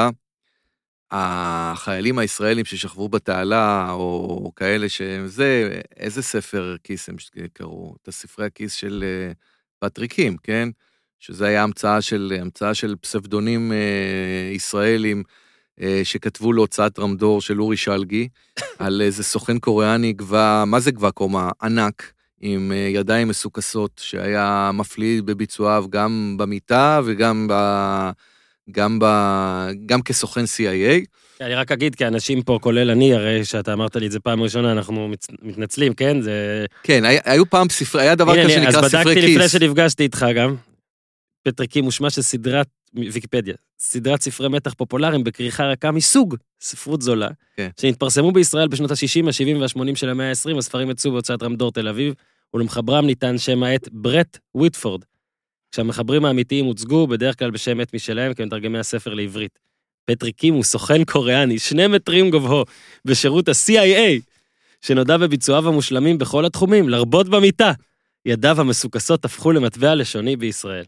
החיילים הישראלים ששכבו בתעלה, או כאלה שזה, איזה ספר כיס הם שקראו? את הספרי הכיס של פטריקים, כן? שזה היה המצאה של, המצאה של פסבדונים ישראלים, שכתבו להוצאת רמדור של אורי שלגי, על איזה סוכן קוריאני גבה, מה זה גבה קומה? ענק, עם ידיים מסוכסות, שהיה מפליד בביצועיו גם במיטה וגם ב... גם, ב... גם כסוכן סי איי איי. אני רק אגיד, כי אנשים פה, כולל אני, הרי שאתה אמרת לי את זה פעם ראשונה, אנחנו מתנצלים, כן? זה... כן, היו פעם ספרי, היה דבר כזה שנקרא ספרי כיס. אז בדקתי לפני שנפגשתי איתך גם, פטריקים הוא שמה של סדרת, ויקיפדיה, סדרת ספרי מתח פופולריים בכריכה רכה מסוג ספרות זולה, כן. שנתפרסמו בישראל בשנות ה-שישים, ה-שבעים וה-שמונים של המאה ה-עשרים, הספרים יצאו בהוצאת רמדור תל אביב, ולמחברם ניתן שם העט ברט וויטפורד. כשהמחברים האמיתיים הוצגו, בדרך כלל בשם עת משלהם, כמתרגמי הספר לעברית. פטריקים הוא סוכן קוריאני, שני מטרים גובהו, בשירות ה-סי איי איי, שנודע בביצועיו המושלמים בכל התחומים, לרבות במיטה. ידיו המסוכסות הפכו למטבע לשוני בישראל.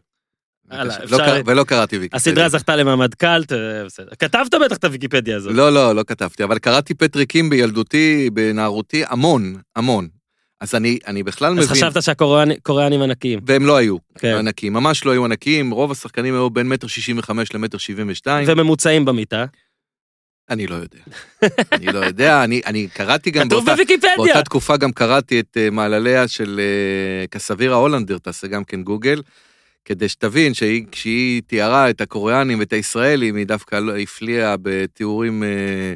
ולא קראתי ויקיפדיה. הסדרה זכתה למעמד קלט, בסדר. כתבת בטח את הוויקיפדיה הזאת. לא, לא, לא כתבתי, אבל קראתי פטריקים בילדותי, בנערותי, המון, המון. אז אני, אני בכלל מבין... אז חשבת שהקוריאנים ענקיים. והם לא היו ענקיים, ממש לא היו ענקיים, רוב השחקנים היו בין מטר שישים וחמש למטר שבעים ושתיים. וממוצעים במיטה? אני לא יודע. אני לא יודע, אני, אני קראתי גם... כתוב בוויקיפדיה! באותה תקופה גם קראתי את מעלליה של קסבירה הולנדר, תעשה גם כן גוגל, כדי שתבין שכשהיא תיארה את הקוריאנים ואת הישראלים, היא דווקא הפליאה בתיאורים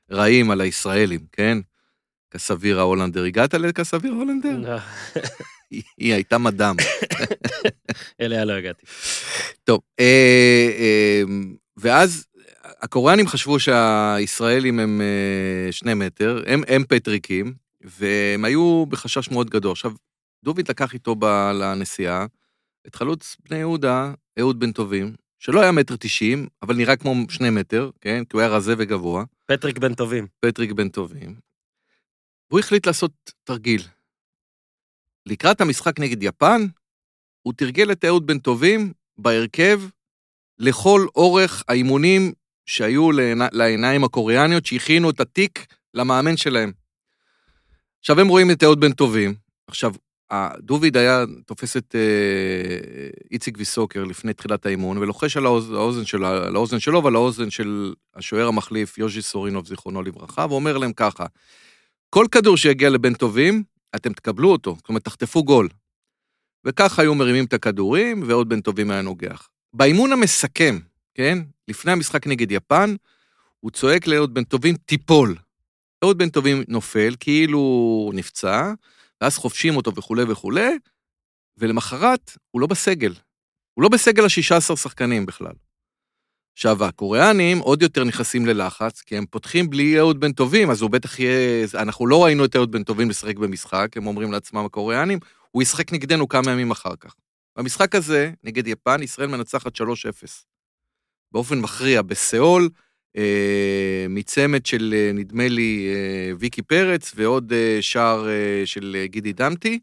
רעים על הישראלים, כן? קסביר ההולנדר. הגעת לקסביר ההולנדר? היא, היא הייתה מדם. אליה לא הגעתי. טוב, אה, אה, ואז הקוריאנים חשבו שהישראלים הם אה, שני מטר, הם, הם פטריקים, והם היו בחשש מאוד גדול. עכשיו, דוד לקח איתו ב, לנסיעה, את חלוץ בני יהודה, אהוד בן טובים, שלא היה מטר תשעים, אבל נראה כמו שני מטר, כן? כי הוא היה רזה וגבוה. פטריק בן טובים. פטריק בן טובים. והוא החליט לעשות תרגיל. לקראת המשחק נגד יפן, הוא תרגל את אהוד בן טובים בהרכב לכל אורך האימונים שהיו לעיניים הקוריאניות, שהכינו את התיק למאמן שלהם. עכשיו הם רואים את אהוד בן טובים. עכשיו, דוד היה תופס את איציק ויסוקר לפני תחילת האימון, ולוחש על האוזן שלו, על האוזן שלו ועל האוזן של השוער המחליף, יוז'י סורינוב, זיכרונו לברכה, ואומר להם ככה, כל כדור שיגיע לבן טובים, אתם תקבלו אותו, זאת אומרת, תחטפו גול. וככה היו מרימים את הכדורים, ועוד בן טובים היה נוגח. באימון המסכם, כן, לפני המשחק נגד יפן, הוא צועק לעוד בן טובים, טיפול. עוד בן טובים נופל, כאילו הוא נפצע, ואז חופשים אותו וכו' וכו', ולמחרת הוא לא בסגל. הוא לא בסגל ה-שישה עשר שחקנים בכלל. עכשיו, הקוריאנים עוד יותר נכנסים ללחץ, כי הם פותחים בלי אהוד בן טובים, אז הוא בטח יהיה, אנחנו לא ראינו את אהוד בן טובים לשחק במשחק, הם אומרים לעצמם הקוריאנים, הוא ישחק נגדנו כמה ימים אחר כך. במשחק הזה, נגד יפן, ישראל מנצחת שלוש אפס. באופן מכריע, בסיאול, אה, מצמת של, אה, נדמה לי, אה, ויקי פרץ, ועוד אה, שער אה, של אה, גידי דמתי,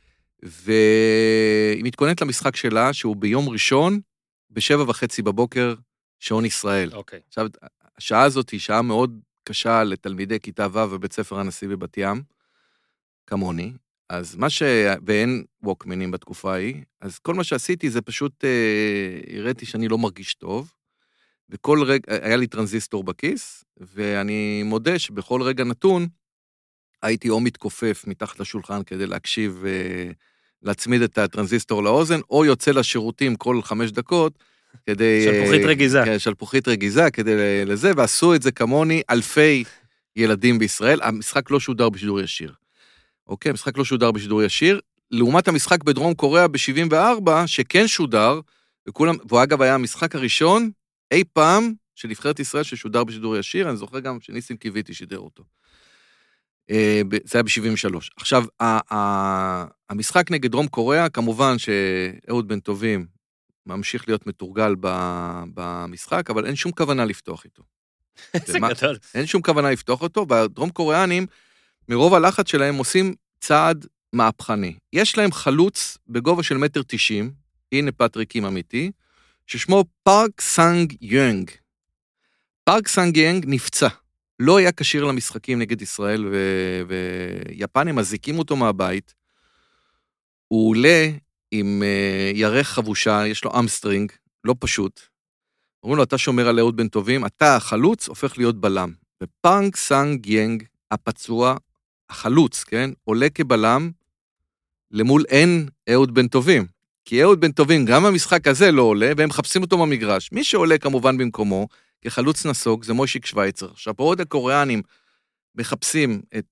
והיא מתכוננת למשחק שלה, שהוא ביום ראשון, בשבע וחצי בבוקר, שעון ישראל. אוקיי. עכשיו, השעה הזאת היא שעה מאוד קשה לתלמידי כיתה ו' בבית ספר הנשיא בבת ים, כמוני, אז מה ש... ואין ווקמנים בתקופה ההיא, אז כל מה שעשיתי זה פשוט, אה, הראיתי שאני לא מרגיש טוב, וכל רגע, היה לי טרנזיסטור בכיס, ואני מודה שבכל רגע נתון, הייתי או מתכופף מתחת לשולחן כדי להקשיב, אה, להצמיד את הטרנזיסטור לאוזן, או יוצא לשירותים כל חמש דקות, כדי... שלפוחית רגיזה. כן, שלפוחית רגיזה, כדי לזה, ועשו את זה כמוני אלפי ילדים בישראל. המשחק לא שודר בשידור ישיר. אוקיי, המשחק לא שודר בשידור ישיר, לעומת המשחק בדרום קוריאה ב-שבעים וארבע, שכן שודר, וכולם, והוא אגב היה המשחק הראשון, אי פעם, של נבחרת ישראל ששודר בשידור ישיר, אני זוכר גם שניסים קיוויתי שידר אותו. זה היה ב-שבעים ושלוש. עכשיו, המשחק נגד דרום קוריאה, כמובן שאהוד בן טובים ממשיך להיות מתורגל במשחק, אבל אין שום כוונה לפתוח איתו. זה גדול. אין שום כוונה לפתוח אותו, והדרום קוריאנים, מרוב הלחץ שלהם עושים צעד מהפכני. יש להם חלוץ בגובה של מטר תשעים, הנה פטריקים אמיתי, ששמו פארק סאנג יונג. פארק סאנג יונג נפצע. לא היה כשיר למשחקים נגד ישראל ו... ויפנים, מזיקים אותו מהבית. הוא עולה עם uh, ירך חבושה, יש לו אמסטרינג, לא פשוט. אומרים לו, אתה שומר על אהוד בן טובים, אתה החלוץ הופך להיות בלם. ופארק סאנג יונג, הפצוע, החלוץ, כן, עולה כבלם, למול אין אהוד בן טובים. כי אהוד בן טובים, גם המשחק הזה לא עולה, והם מחפשים אותו במגרש. מי שעולה כמובן במקומו, כחלוץ נסוג, זה מוישיק שוויצר. עכשיו, עוד הקוריאנים מחפשים את,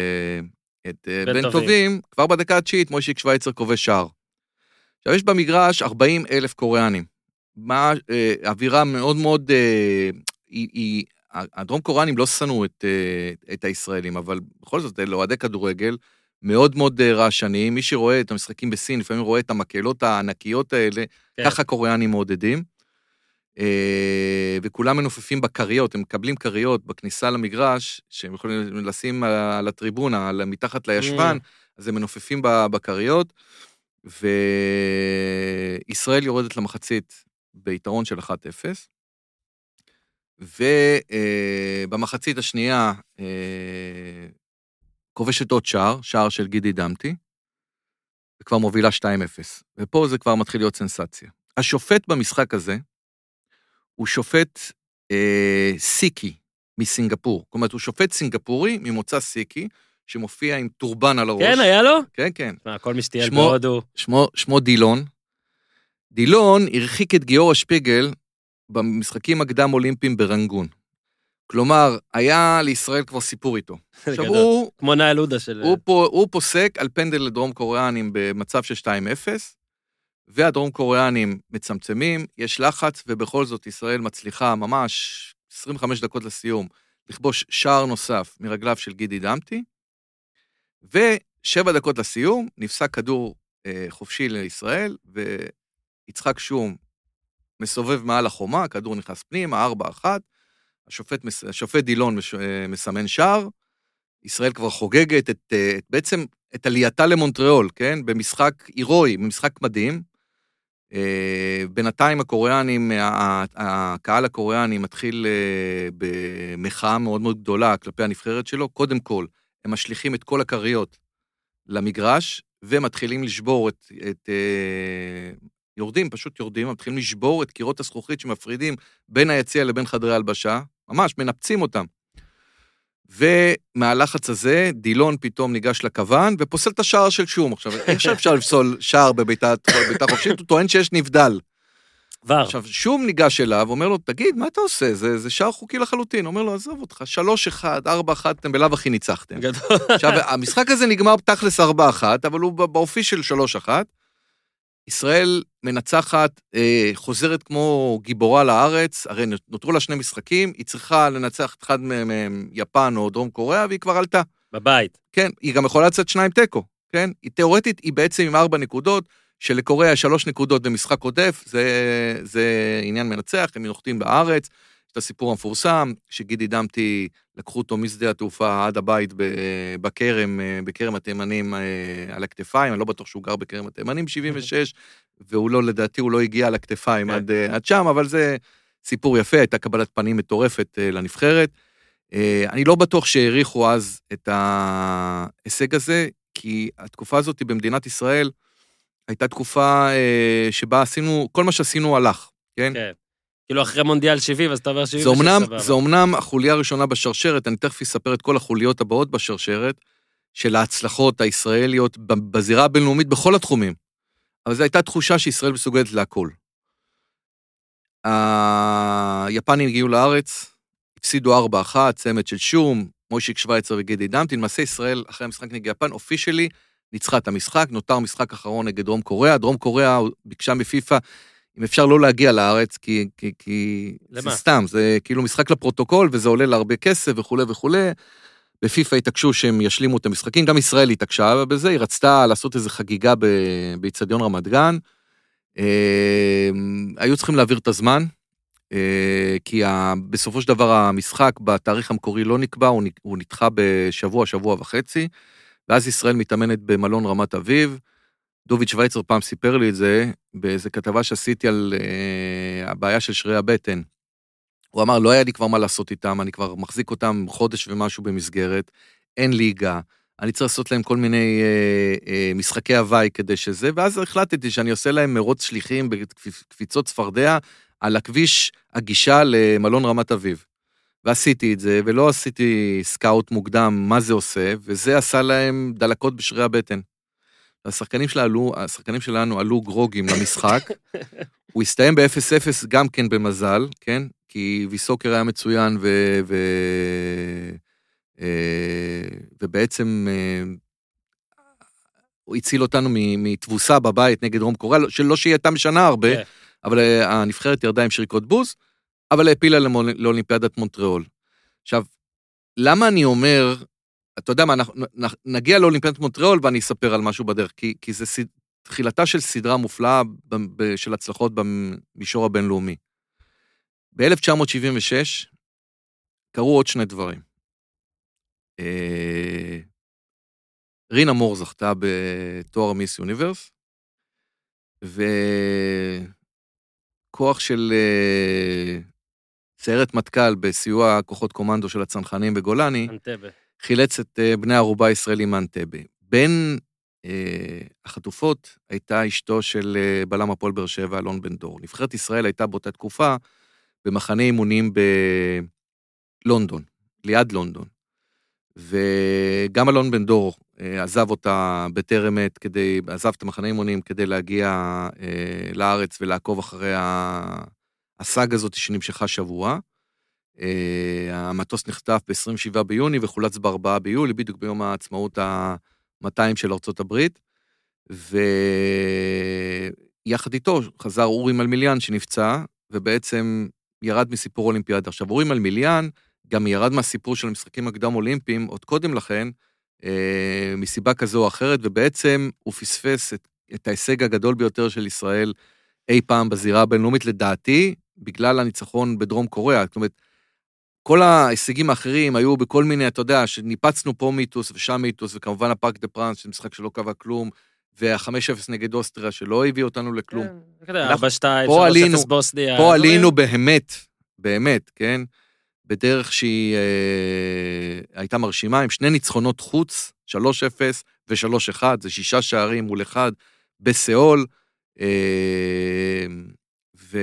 את בן, בן טובים, כבר בדקה התשיעית, מוישיק שוויצר כובש שער. עכשיו, יש במגרש ארבעים אלף קוריאנים. מה, אווירה מאוד מאוד, היא, היא, הדרום קוריאנים לא שנאו את, את הישראלים, אבל בכל זאת, לאוהדי כדורגל, מאוד מאוד רעשניים. מי שרואה את המשחקים בסין, לפעמים רואה את המקהלות הענקיות האלה, כן. ככה קוריאנים מעודדים. וכולם מנופפים בקריות, הם מקבלים קריות בכניסה למגרש, שהם יכולים לשים על הטריבונה, על מתחת לישבן, אז הם מנופפים בקריות, וישראל יורדת למחצית ביתרון של אחת אפס, ובמחצית השנייה כובשת עוד שער, שער של גידי דמתי, וכבר מובילה שתיים אפס, ופה זה כבר מתחיל להיות סנסציה. השופט במשחק הזה, הוא שופט אה, סיקי מסינגפור. זאת אומרת, הוא שופט סינגפורי ממוצא סיקי, שמופיע עם טורבן על הראש. כן, היה לו? כן, כן. מה, הכל משתיאל בהודו. שמו, שמו דילון. דילון הרחיק את גיורא שפיגל במשחקים הקדם אולימפיים ברנגון. כלומר, היה לישראל כבר סיפור איתו. עכשיו הוא... כמו נאל עודה של... הוא, פה, הוא פוסק על פנדל לדרום קוריאנים במצב של שתיים אפס, והדרום קוריאנים מצמצמים, יש לחץ, ובכל זאת ישראל מצליחה ממש עשרים וחמש דקות לסיום, לכבוש שער נוסף מרגליו של גידי דמתי, ושבע דקות לסיום, נפסק כדור אה, חופשי לישראל, ויצחק שום מסובב מעל החומה, הכדור נכנס פנימה, ארבע אחת, השופט, השופט דילון מש, אה, מסמן שער, ישראל כבר חוגגת את, אה, את, בעצם את עלייתה למונטריאול, כן? במשחק הירואי, במשחק מדהים, אה, בינתיים הקוריאנים, הקהל הקוריאני מתחיל אה, במחאה מאוד מאוד גדולה כלפי הנבחרת שלו, קודם כל, הם משליכים את כל הקריות למגרש, ומתחילים לשבור את, את אה, יורדים, פשוט יורדים, מתחילים לשבור את קירות הזכוכית שמפרידים בין היציע לבין חדרי הלבשה, ממש מנפצים אותם. ומהלחץ הזה, דילון פתאום ניגש לכוון, ופוסל את השער של שום. עכשיו, איך אפשר לפסול שער בביתה חופשית? הוא טוען שיש נבדל. כבר. עכשיו, שום ניגש אליו, אומר לו, תגיד, מה אתה עושה? זה, זה שער חוקי לחלוטין. אומר לו, עזוב אותך, שלוש אחד, ארבע אחת, אתם בלאו הכי ניצחתם. גדול. עכשיו, המשחק הזה נגמר תכלס ארבע אחת, אבל הוא באופי של שלוש אחת. ישראל מנצחת, אה, חוזרת כמו גיבורה לארץ, הרי נותרו לה שני משחקים, היא צריכה לנצח אחד מהם יפן או דרום קוריאה, והיא כבר עלתה. בבית. כן, היא גם יכולה לצאת שניים טקו, כן? היא תיאורטית, היא בעצם עם ארבע נקודות, שלקוריאה שלוש נקודות במשחק עודף, זה, זה עניין מנצח, הם נוחתים בארץ, יש את הסיפור המפורסם, שגידי דמתי, לקחו אותו משדה התעופה עד הבית בכרם, בכרם התימנים על הכתפיים, אני לא בטוח שהוא גר בכרם התימנים שבעים ושש, והוא לא, לדעתי, הוא לא הגיע על הכתפיים עד, עד שם, אבל זה סיפור יפה, הייתה קבלת פנים מטורפת לנבחרת. אני לא בטוח שהעריכו אז את ההישג הזה, כי התקופה הזאת במדינת ישראל, הייתה תקופה שבה עשינו, כל מה שעשינו הלך, כן? כן. כאילו אחרי מונדיאל שבעים, אז אתה אומר שבעים ושש סבבה. זה אומנם החוליה הראשונה בשרשרת, אני תכף אספר את כל החוליות הבאות בשרשרת, של ההצלחות הישראליות בזירה הבינלאומית בכל התחומים. אבל זו הייתה תחושה שישראל מסוגלת להכל. היפנים הגיעו לארץ, הפסידו ארבע אחת, צמד של שום, מוישיק שוויצר וגידי דמתי, למעשה ישראל, אחרי המשחק נגד יפן, אופישלי, ניצחה את המשחק, נותר משחק אחרון נגד דרום קוריאה, דרום קוריאה ביקשה מפיפה, אם אפשר לא להגיע לארץ, כי, כי, כי זה סתם, זה כאילו משחק לפרוטוקול, וזה עולה לה הרבה כסף וכו' וכו'. בפיפה התעקשו שהם ישלימו את המשחקים, גם ישראל התעקשה בזה, היא רצתה לעשות איזו חגיגה באצטדיון רמת גן, אה, היו צריכים להעביר את הזמן, אה, כי בסופו של דבר המשחק בתאריך המקורי לא נקבע, הוא, הוא נדחה בשבוע, שבוע וחצי, ואז ישראל מתאמנת במלון רמת אביב, דוביד שוויצר פעם סיפר לי את זה, באיזו כתבה שעשיתי על אה, הבעיה של שרירי הבטן. הוא אמר, לא היה לי כבר מה לעשות איתם, אני כבר מחזיק אותם חודש ומשהו במסגרת, אין ליגה, אני צריך לעשות להם כל מיני אה, אה, משחקי הוואי כדי שזה, ואז החלטתי שאני עושה להם מרוץ שליחים בקפיצות צפרדע, על הכביש הגישה למלון רמת אביב. ועשיתי את זה, ולא עשיתי סקאוט מוקדם מה זה עושה, וזה עשה להם דלקות בשרירי הבטן. השחקנים שלנו, השחקנים שלנו עלו גרוגים למשחק, הוא הסתיים ב-אפס אפס גם כן במזל, כן? כי ויסוקר היה מצוין, ו... ו... ובעצם הוא הציל אותנו מתבוסה בבית נגד דרום קוריאה, שלא שהיא הייתה משנה הרבה, אבל הנבחרת ירדה עם שריקות בוז, אבל העפילה לאולימפיאדת מונטריאול. עכשיו, למה אני אומר, אתה יודע מה, אנחנו נגיע לאולימפיאדת מונטריאול ואני אספר על משהו בדרך, כי, כי זה סד... תחילתה של סדרה מופלאה ב... של הצלחות במישור הבינלאומי. ב-אלף תשע מאות שבעים ושש קרו עוד שני דברים. אה... רינה מור זכתה בתואר מיס יוניברס, וכוח של סיירת מטכ"ל בסיוע כוחות קומנדו של הצנחנים בגולני, אנטבה. חילץ את בני הערובה הישראלים מאנטבה. בין אה, החטופות הייתה אשתו של אה, בלם הפועל באר שבע, אלון בן דור. נבחרת ישראל הייתה באותה תקופה במחנה אימונים בלונדון, ליד לונדון. וגם אלון בן דור אה, עזב אותה בטרם עת, כדי, עזב את המחנה אימונים כדי להגיע אה, לארץ ולעקוב אחרי הסאגה הזאת שנמשכה שבוע. המטוס נחטף ב-עשרים ושבעה ביוני וחולץ ב-ארבעה ביולי, בדיוק ביום העצמאות ה-מאתיים של ארצות הברית, ויחד איתו חזר אורי מלמיליאן שנפצע, ובעצם ירד מסיפור אולימפיאדה. עכשיו, אורי מלמיליאן גם ירד מהסיפור של המשחקים הקדם אולימפיים, עוד קודם לכן, מסיבה כזו או אחרת, ובעצם הוא פספס את, את ההישג הגדול ביותר של ישראל אי פעם בזירה הבינלאומית, לדעתי, בגלל הניצחון בדרום קוריאה. זאת אומרת, כל ההישגים האחרים היו בכל מיני, אתה יודע, שניפצנו פה מיתוס ושם מיתוס, וכמובן הפארק דה פרנס, שמשחק שלא קבע כלום, וה-חמש אפס נגד אוסטריה, שלא הביא אותנו לכלום. ארבע שתיים, שלוש אפס בוסניה. פה עלינו באמת, באמת, כן? בדרך שהיא הייתה מרשימה, עם שני ניצחונות חוץ, שלוש אפס ו-שלוש אחד, זה שישה שערים מול אחד, בסיאול, ו...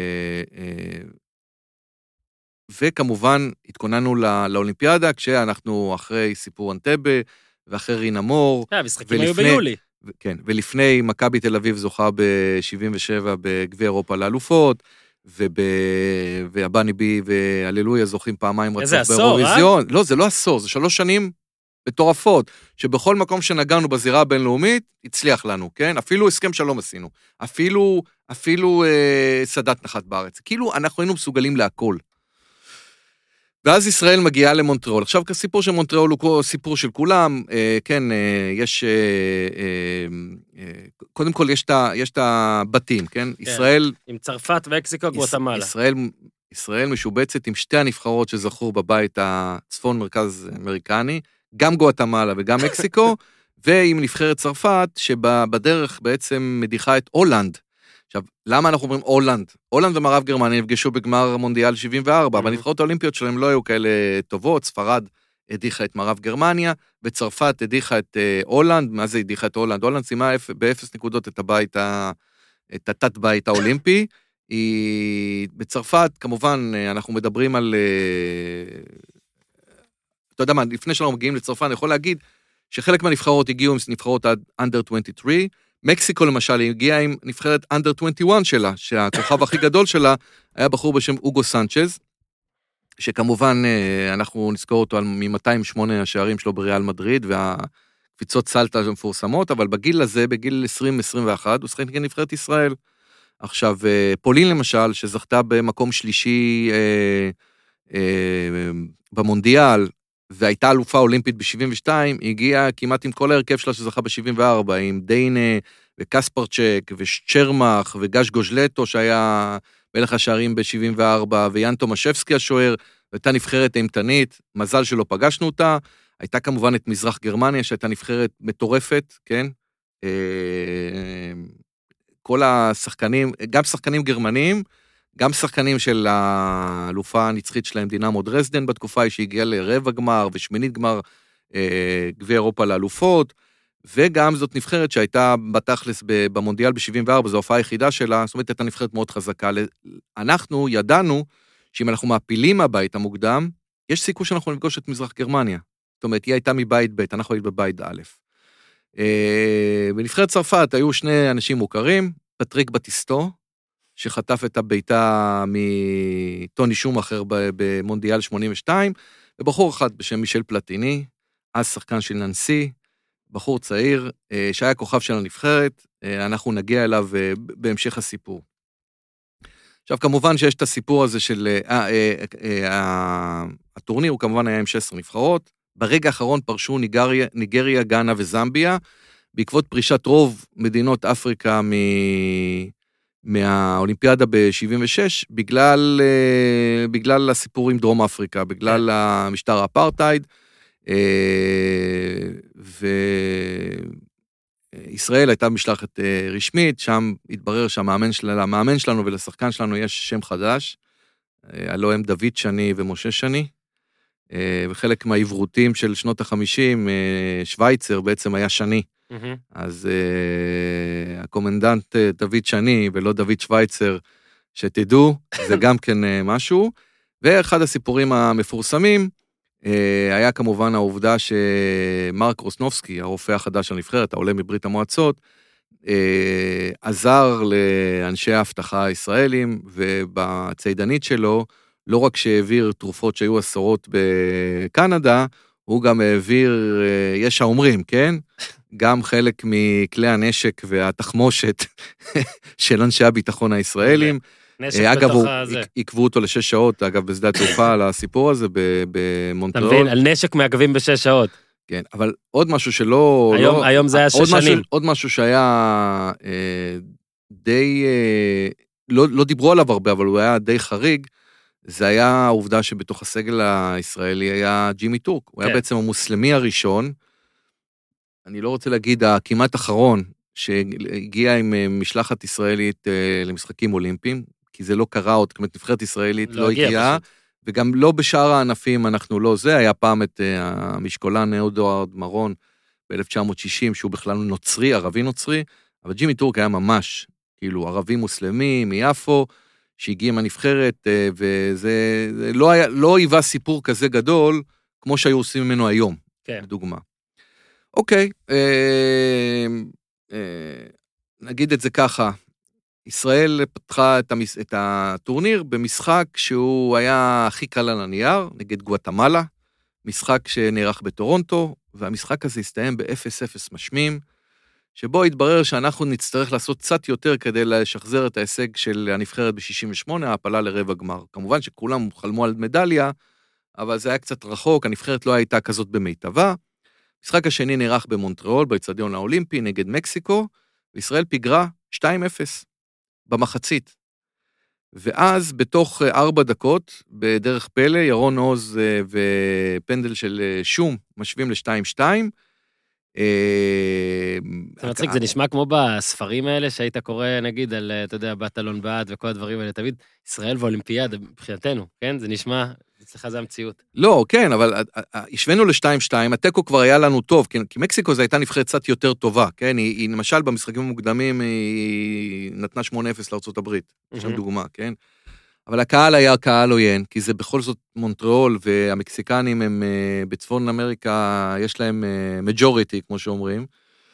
וכמובן התכוננו לאולימפיאדה, כשאנחנו אחרי סיפור אנטבה, ואחרי רינה מור. כן, המשחקים היו ביולי. כן, ולפני מכבי תל אביב זוכה ב-שבעים ושבע בגביע אירופה לאלופות, והבני בי והללויה זוכים פעמיים רצוף באירוויזיון. לא, זה לא עשור, זה שלוש שנים מטורפות, שבכל מקום שנגענו בזירה הבינלאומית, הצליח לנו, כן? אפילו הסכם שלום עשינו, אפילו, אפילו אה, סדת נחת בארץ. כאילו אנחנו היינו מסוגלים להכל. ואז ישראל מגיעה למונטריאול. עכשיו, כסיפור של מונטריאול הוא סיפור של כולם, אה, כן, אה, יש, אה, אה, קודם כל יש את הבתים, כן? כן? ישראל... עם צרפת ואקסיקו, גואטמלה. ישראל, ישראל משובצת עם שתי הנבחרות שזכו בבית הצפון מרכז אמריקני, גם גואטמלה וגם מקסיקו, ועם נבחרת צרפת, שבדרך בעצם מדיחה את הולנד. עכשיו, למה אנחנו אומרים הולנד? הולנד ומערב גרמניה נפגשו בגמר מונדיאל שבעים וארבע, אבל הנבחרות האולימפיות שלהם לא היו כאלה טובות, ספרד הדיחה את מערב גרמניה, וצרפת הדיחה את הולנד, מה זה הדיחה את הולנד? הולנד סיימה באפס נקודות את הבית, את התת בית האולימפי, היא, בצרפת, כמובן, אנחנו מדברים על, אתה יודע מה, לפני שאנחנו מגיעים לצרפת, אני יכול להגיד שחלק מהנבחרות הגיעו עם נבחרות עד אנדר עשרים ושלוש, מקסיקו למשל הגיעה עם נבחרת אנדר עשרים ואחת שלה, שהכוכב הכי גדול שלה היה בחור בשם אוגו סנצ'ז, שכמובן אנחנו נזכור אותו מ-מאתיים ושמונה השערים שלו בריאל מדריד, והקפיצות סלטה המפורסמות, אבל בגיל הזה, בגיל עשרים עשרים ואחת, הוא שחק נגד נבחרת ישראל. עכשיו, פולין למשל, שזכתה במקום שלישי אה, אה, במונדיאל, והייתה אלופה אולימפית ב-שבעים ושתיים, היא הגיעה כמעט עם כל ההרכב שלה שזכה ב-שבעים וארבע, עם דיינה וקספרצ'ק ושצ'רמח וגש גוז'לטו שהיה מלך השערים ב-שבעים וארבע, ויאן תומשבסקי השוער, והייתה נבחרת אימתנית, מזל שלא פגשנו אותה, הייתה כמובן את מזרח גרמניה שהייתה נבחרת מטורפת, כן? כל השחקנים, גם שחקנים גרמנים, גם שחקנים של האלופה הנצחית שלהם, דינמו דרזדן בתקופה שהגיעה לרבע גמר ושמינית גמר אה, גביע אירופה לאלופות, וגם זאת נבחרת שהייתה בתכלס במונדיאל ב-שבעים וארבע, זו ההופעה היחידה שלה, זאת אומרת, הייתה נבחרת מאוד חזקה. אנחנו ידענו שאם אנחנו מעפילים מהבית המוקדם, יש סיכוי שאנחנו נפגוש את מזרח גרמניה. זאת אומרת, היא הייתה מבית ב', אנחנו היינו בבית א'. אה, בנבחרת צרפת היו שני אנשים מוכרים, פטריק בטיסטו, שחטף את הביתה מטוני שומאחר במונדיאל שמונים ושתיים, ובחור אחד בשם מישל פלטיני, אז שחקן של ננסי, בחור צעיר, שהיה כוכב של הנבחרת, אנחנו נגיע אליו בהמשך הסיפור. עכשיו, כמובן שיש את הסיפור הזה של, הטורניר הוא כמובן היה עם שש עשרה נבחרות, ברגע האחרון פרשו ניגריה, ניגריה, גאנה וזמביה, בעקבות פרישת רוב מדינות אפריקה מ... מהאולימפיאדה ב-שבעים ושש, בגלל, בגלל הסיפור עם דרום אפריקה, בגלל המשטר האפרטייד, וישראל הייתה משלחת רשמית, שם התברר שהמאמן שלנו, המאמן שלנו ולשחקן שלנו יש שם חדש, הלוא הם דוד שני ומשה שני, וחלק מהעברותים של שנות החמישים, שוויצר בעצם היה שני, אז uh, הקומנדנט uh, דוד שני ולא דוד שוויצר, שתדעו, זה גם כן uh, משהו. ואחד הסיפורים המפורסמים, uh, היה כמובן העובדה שמרק רוסנובסקי, הרופא החדש של הנבחרת, העולה מברית המועצות, uh, עזר לאנשי ההבטחה הישראלים, ובציידנית שלו לא רק שהעביר תרופות שהיו עשרות בקנדה, הוא גם העביר, יש האומרים, כן? גם חלק מכלי הנשק והתחמושת של אנשי הביטחון הישראלים. אגב, עקבו אותו לשש שעות, אגב, בשדה התעופה, על הסיפור הזה במונטריאול. אתה מבין, על נשק מעכבים בשש שעות. כן, אבל עוד משהו שלא... היום, לא, היום זה היה שש שנים. עוד משהו שהיה אה, די... אה, לא, לא דיברו עליו הרבה, אבל הוא היה די חריג, זה היה העובדה שבתוך הסגל הישראלי היה ג'ימי טורק. הוא כן. היה בעצם המוסלמי הראשון, אני לא רוצה להגיד הכמעט אחרון, שהגיע עם משלחת ישראלית אה, למשחקים אולימפיים, כי זה לא קרה עוד, כלומר, נבחרת ישראלית לא, לא הגיעה, וגם לא בשאר הענפים אנחנו לא זה, היה פעם את uh, המשקולן אהודוארד מרון ב-אלף תשע מאות שישים, שהוא בכלל נוצרי, ערבי נוצרי, אבל ג'ימי טורק היה ממש, כאילו, ערבי מוסלמי מיפו, שהגיע עם הנבחרת, uh, וזה לא, היה, לא היווה סיפור כזה גדול, כמו שהיו עושים ממנו היום, כן. לדוגמה. אוקיי, אה, אה, נגיד את זה ככה, ישראל פתחה את, המס... את הטורניר במשחק שהוא היה הכי קל על הנייר, נגד גואטמלה, משחק שנערך בטורונטו, והמשחק הזה הסתיים ב-אפס אפס משמים, שבו התברר שאנחנו נצטרך לעשות קצת יותר כדי לשחזר את ההישג של הנבחרת ב-שישים ושמונה, ההפלה לרבע גמר. כמובן שכולם חלמו על מדליה, אבל זה היה קצת רחוק, הנבחרת לא הייתה כזאת במיטבה. המשחק השני נערך במונטריאול, באצטדיון האולימפי, נגד מקסיקו, וישראל פיגרה שתיים אפס. במחצית. ואז בתוך ארבע דקות, בדרך פלא, ירון עוז ופנדל של שום משווים ל-שתיים שתיים. זה מצחיק, זה נשמע כמו בספרים האלה שהיית קורא, נגיד, על, אתה יודע, בטלון בעד וכל הדברים האלה, תמיד, ישראל ואולימפיאד, מבחינתנו, כן? זה נשמע, אצלך זה המציאות. לא, כן, אבל השווינו ל-שתיים שתיים, הטקו כבר היה לנו טוב, כי מקסיקו זו הייתה נבחרת קצת יותר טובה, כן? היא, היא למשל במשחקים המוקדמים, היא נתנה שמונה אפס לארצות הברית, שם דוגמה, כן? אבל הקהל היה קהל עוין, כי זה בכל זאת מונטריאול, והמקסיקנים הם בצפון אמריקה, יש להם majority, כמו שאומרים,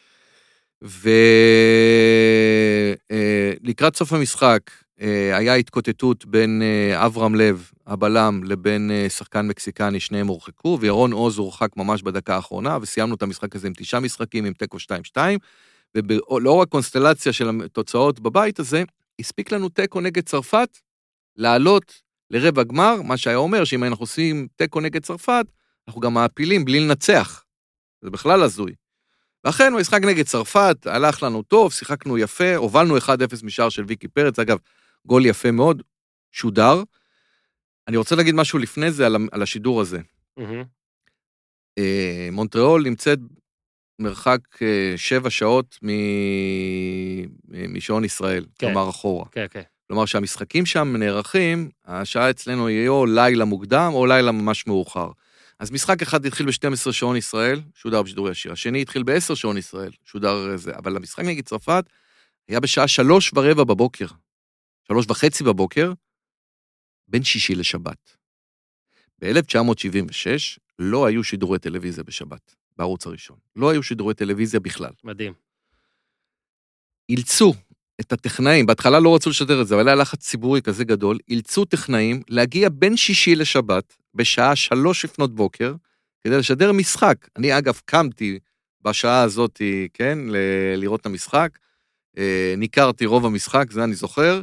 ולקראת סוף המשחק, היה התקוטטות בין אברהם לב, הבלם, לבין שחקן מקסיקני, שניהם הורחקו, וירון עוז הורחק ממש בדקה האחרונה, וסיימנו את המשחק הזה עם תשעה משחקים, עם טקו שתיים שתיים, ולאור הקונסטלציה של התוצאות בבית הזה, הספיק לנו טקו נגד צרפת, לעלות לרבע גמר, מה שהיה אומר, שאם אנחנו עושים טקו נגד צרפת, אנחנו גם מעפילים בלי לנצח. זה בכלל הזוי. ואכן, הוא ישחק נגד צרפת, הלך לנו טוב, שיחקנו יפה, הובלנו אחד אפס משער של ויקי פרץ, אגב, גול יפה מאוד, שודר. אני רוצה להגיד משהו לפני זה, על, על השידור הזה. Mm-hmm. מונטריאול נמצאת מרחק שבע שעות משעון ישראל, okay. כלומר אחורה. כן, okay, כן. Okay. כלומר שהמשחקים שם נערכים, השעה אצלנו יהיה או לילה מוקדם, או לילה ממש מאוחר. אז משחק אחד התחיל ב-שתים עשרה שעון ישראל, שודר בשידור ישיר. השני התחיל ב-עשר שעון ישראל, שודר זה. אבל המשחק נגד צרפת היה בשעה שלוש ורבע בבוקר. שלוש וחצי בבוקר, בין שישי לשבת. ב-אלף תשע מאות שבעים ושש לא היו שידורי טלוויזיה בשבת, בערוץ הראשון. לא היו שידורי טלוויזיה בכלל. מדהים. אילצו את הטכנאים, בהתחלה לא רצו לשדר את זה, אבל היה לחץ ציבורי כזה גדול, אילצו טכנאים להגיע בין שישי לשבת, בשעה שלוש לפנות בוקר, כדי לשדר משחק. אני אגב קמתי בשעה הזאת, כן, ל- לראות את המשחק, ניכרתי רוב המשחק, זה אני זוכר,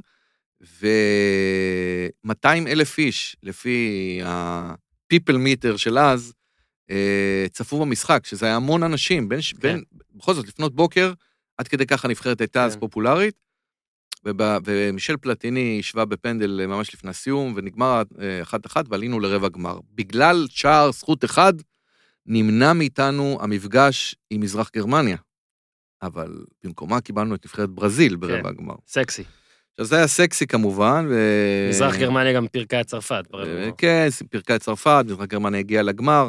ו-מאתיים אלף איש, לפי ה-people meter של אז, צפו במשחק, שזה היה המון אנשים, בין, כן. בין, בכל זאת, לפנות בוקר, עד כדי ככה הנבחרת הייתה אז פופולרית, ומישל פלטיני ישבה בפנדל ממש לפני הסיום, ונגמר אחת אחת, ועלינו לרבע גמר. בגלל שער זכות אחד, נמנע מאיתנו המפגש עם מזרח גרמניה. אבל במקומה קיבלנו את נבחרת ברזיל ברבע הגמר. סקסי. אז זה היה סקסי כמובן. מזרח גרמניה גם פירקה את צרפת. כן, פירקה את צרפת, מזרח גרמניה הגיעה לגמר.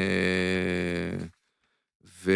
ו...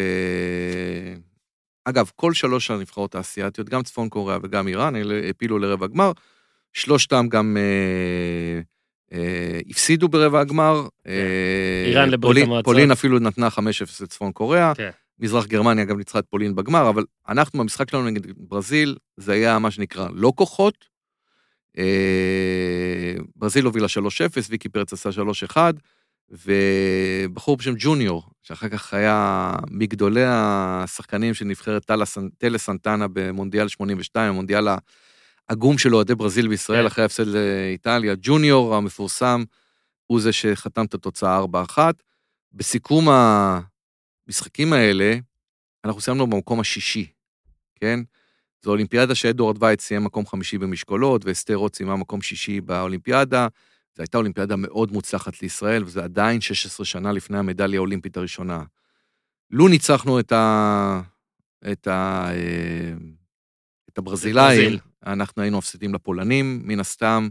אגב, כל שלוש הנבחרות האסייתיות, גם צפון קוריאה וגם איראן, הפילו לרבע הגמר, שלושתם גם אה, אה, הפסידו ברבע הגמר, כן. אה, איראן לברית המועצות. פולין אפילו נתנה חמש אפס לצפון קוריאה, כן. מזרח גרמניה גם ניצחה את פולין בגמר, אבל אנחנו במשחק שלנו נגד ברזיל, זה היה מה שנקרא לא כוחות, ברזיל הובילה שלוש אפס, ויקי פרץ עשה שלוש אחד, ובחור בשם ג'וניור, שאחר כך היה מגדולי השחקנים של נבחרת טלה סנטנה במונדיאל שמונים ושתיים, המונדיאל העגום של אוהדי ברזיל בישראל, אחרי ההפסד לאיטליה, ג'וניור המפורסם, הוא זה שחתם את התוצאה ארבע אחת. בסיכום המשחקים האלה, אנחנו סיימנו במקום השישי, כן? זו אולימפיאדה שאדוארד וייץ סיים מקום חמישי במשקולות, ואסתר רוט סיימה מקום שישי באולימפיאדה. זו הייתה אולימפיאדה מאוד מוצלחת לישראל, וזה עדיין שש עשרה שנה לפני המדליה האולימפית הראשונה. לו ניצחנו את ה... את ה... את הברזילאים, אנחנו היינו מפסידים לפולנים, מן הסתם,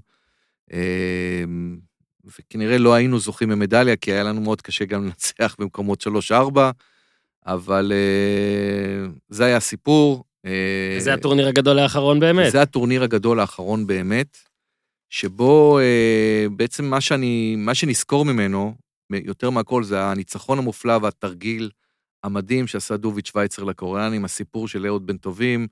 וכנראה לא היינו זוכים במדליה, כי היה לנו מאוד קשה גם לנצח במקומות שלוש ארבע, אבל זה היה הסיפור. זה הטורניר הגדול האחרון באמת. זה הטורניר הגדול האחרון באמת, שבו בעצם מה שאני, מה שנזכור ממנו, יותר מהכל, זה הניצחון המופלא והתרגיל המדהים שעשה דוביד שוויצר לקוריאנים, הסיפור של אהוד בן טובים,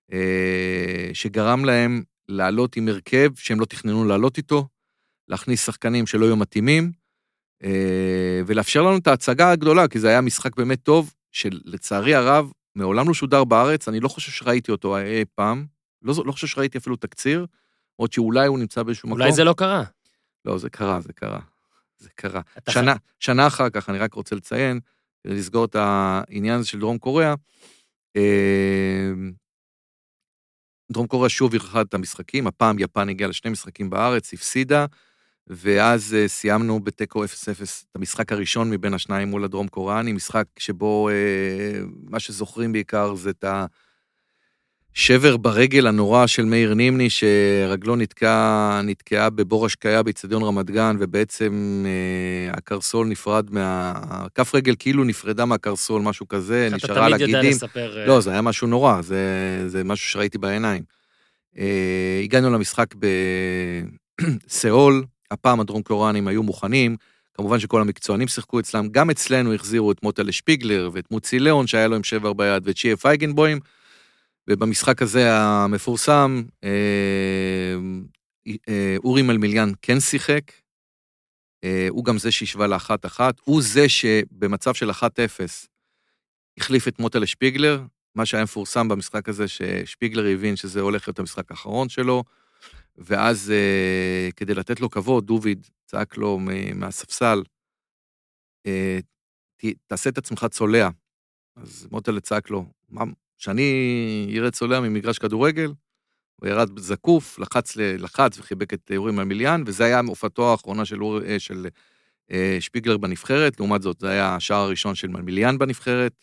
שגרם להם לעלות עם הרכב שהם לא תכננו לעלות איתו, להכניס שחקנים שלא היו מתאימים, ולאפשר לנו את ההצגה הגדולה, כי זה היה משחק באמת טוב, שלצערי הרב, מעולם לא שודר בארץ, אני לא חושב שראיתי אותו אי פעם, לא, לא חושב שראיתי אפילו תקציר, עוד שאולי הוא נמצא באיזשהו מקום. אולי זה לא קרה. לא, זה קרה, זה קרה. זה קרה. שנה, שנה אחר כך, אני רק רוצה לציין, כדי לסגור את העניין הזה של דרום קוריאה, דרום קוריאה שוב ירחה את המשחקים, הפעם יפן הגיעה לשני משחקים בארץ, הפסידה, ואז סיימנו בטקו אפס אפס את המשחק הראשון מבין השניים מול הדרום קוריאני, משחק שבו מה שזוכרים בעיקר זה את השבר ברגל הנורא של מאיר נימני, שרגלו נתקעה, נתקעה בבור השקיה באצטדיון רמת גן, ובעצם הקרסול נפרד מה... כף רגל כאילו נפרדה מהקרסול, משהו כזה, נשארה על הגידים. לא, זה היה משהו נורא, זה, זה משהו שראיתי בעיניים. הגענו למשחק בסיאול, הפעם הדרום קוריאנים היו מוכנים, כמובן שכל המקצוענים שיחקו אצלם, גם אצלנו החזירו את מוטלה שפיגלר, ואת מוצי ליאון, שהיה לו עם שבר ביד, ואת שיה פייגנבוים, ובמשחק הזה המפורסם, אורי מלמיליאן כן שיחק, הוא גם זה שהשווה לאחת אחת, הוא זה שבמצב של אחת אפס, החליף את מוטלה שפיגלר, מה שהיה מפורסם במשחק הזה, ששפיגלר הבין שזה הולך להיות המשחק האחרון שלו, ואז כדי לתת לו כבוד, דוביד צעק לו מהספסל, תעשה את עצמך צולע. אז מוטלה צעק לו, מה, שאני ירד צולע ממגרש כדורגל, הוא ירד זקוף, לחץ, לחץ וחיבק את אורי מלמיליאן, וזה היה הופעתו האחרונה של, של שפיגלר בנבחרת, לעומת זאת זה היה השער הראשון של מלמיליאן בנבחרת,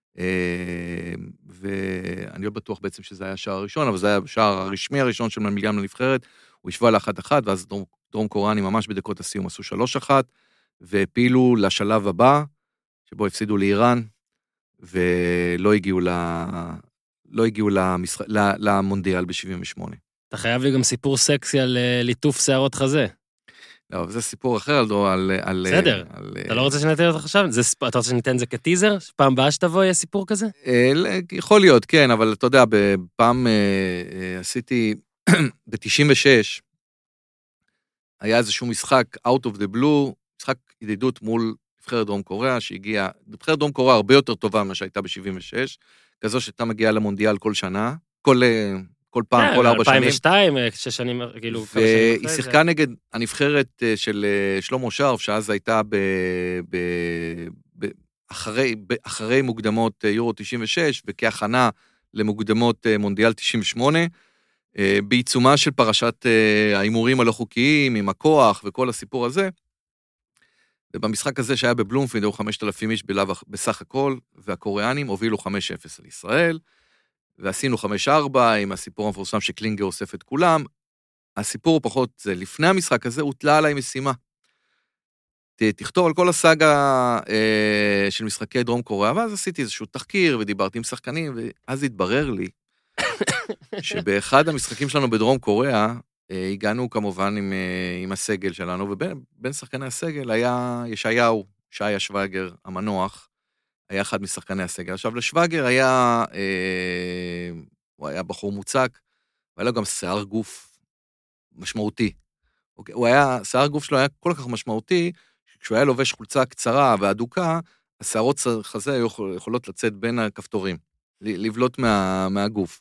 ואני לא בטוח בעצם שזה היה השער הראשון, אבל זה היה השער הרשמי הראשון של מלמיליאן בנבחרת, הוא השווה לאחת אחת, ואז דרום, דרום קוריאנים ממש בדקות הסיום עשו שלוש אחת, והפילו לשלב הבא, שבו הפסידו לאיראן, ולא הגיעו, לה, לא הגיעו למשח... למונדיאל ב-שבעים ושמונה. אתה חייב לי גם סיפור סקסי על ליטוף שערות חזה. לא, זה סיפור אחר על... על, על בסדר, על, אתה לא רוצה שניתן אותך עכשיו? זה, אתה רוצה שניתן את זה כטיזר? פעם הבאה שתבוא יהיה סיפור כזה? יכול להיות, כן, אבל אתה יודע, בפעם עשיתי, ב-תשעים ושש, היה איזשהו משחק, out of the blue, משחק ידידות מול נבחרת דרום קוריאה, שהגיעה, נבחרת דרום קוריאה הרבה יותר טובה ממה שהייתה ב-שבעים ושש, כזו שהייתה מגיעה למונדיאל כל שנה, כל, כל פעם, כל ארבע שנים. אלפיים ושתיים, שש שנים, כאילו, כמה שנים אחרי והיא שיחקה נגד הנבחרת של שלמה שרף, שאז הייתה ב... ב... ב... אחרי, אחרי מוקדמות יורו תשעים ושש, וכהכנה למוקדמות מונדיאל תשעים ושמונה, בעיצומה של פרשת האימורים הלא חוקיים, עם הכוח וכל הסיפור הזה, ובמשחק הזה שהיה בבלומפילד, היו חמשת אלפים איש בלב, בסך הכל, והקוריאנים הובילו חמש אפס על ישראל, ועשינו חמש ארבע עם הסיפור המפורסם שקלינגר אוסף את כולם. הסיפור הוא פחות, זה לפני המשחק הזה, הוטלה עליי משימה. תכתוב על כל הסאגה אה, של משחקי דרום קוריאה, ואז עשיתי איזשהו תחקיר, ודיברתי עם שחקנים, ואז התברר לי, שבאחד המשחקים שלנו בדרום קוריאה, אה, הגענו כמובן עם, אה, עם הסגל שלנו, ובין שחקני הסגל היה ישעיהו, שיה שווגר, המנוח, היה אחד משחקני הסגל. עכשיו, לשווגר היה, אה, הוא היה בחור מוצק, והיה לו גם שיער גוף משמעותי. אוקיי? הוא היה, שיער הגוף שלו היה כל כך משמעותי, כשהוא היה לובש חולצה קצרה ואדוקה, השערות חזה היו יכולות לצאת בין הכפתורים, לבלוט מה, מהגוף.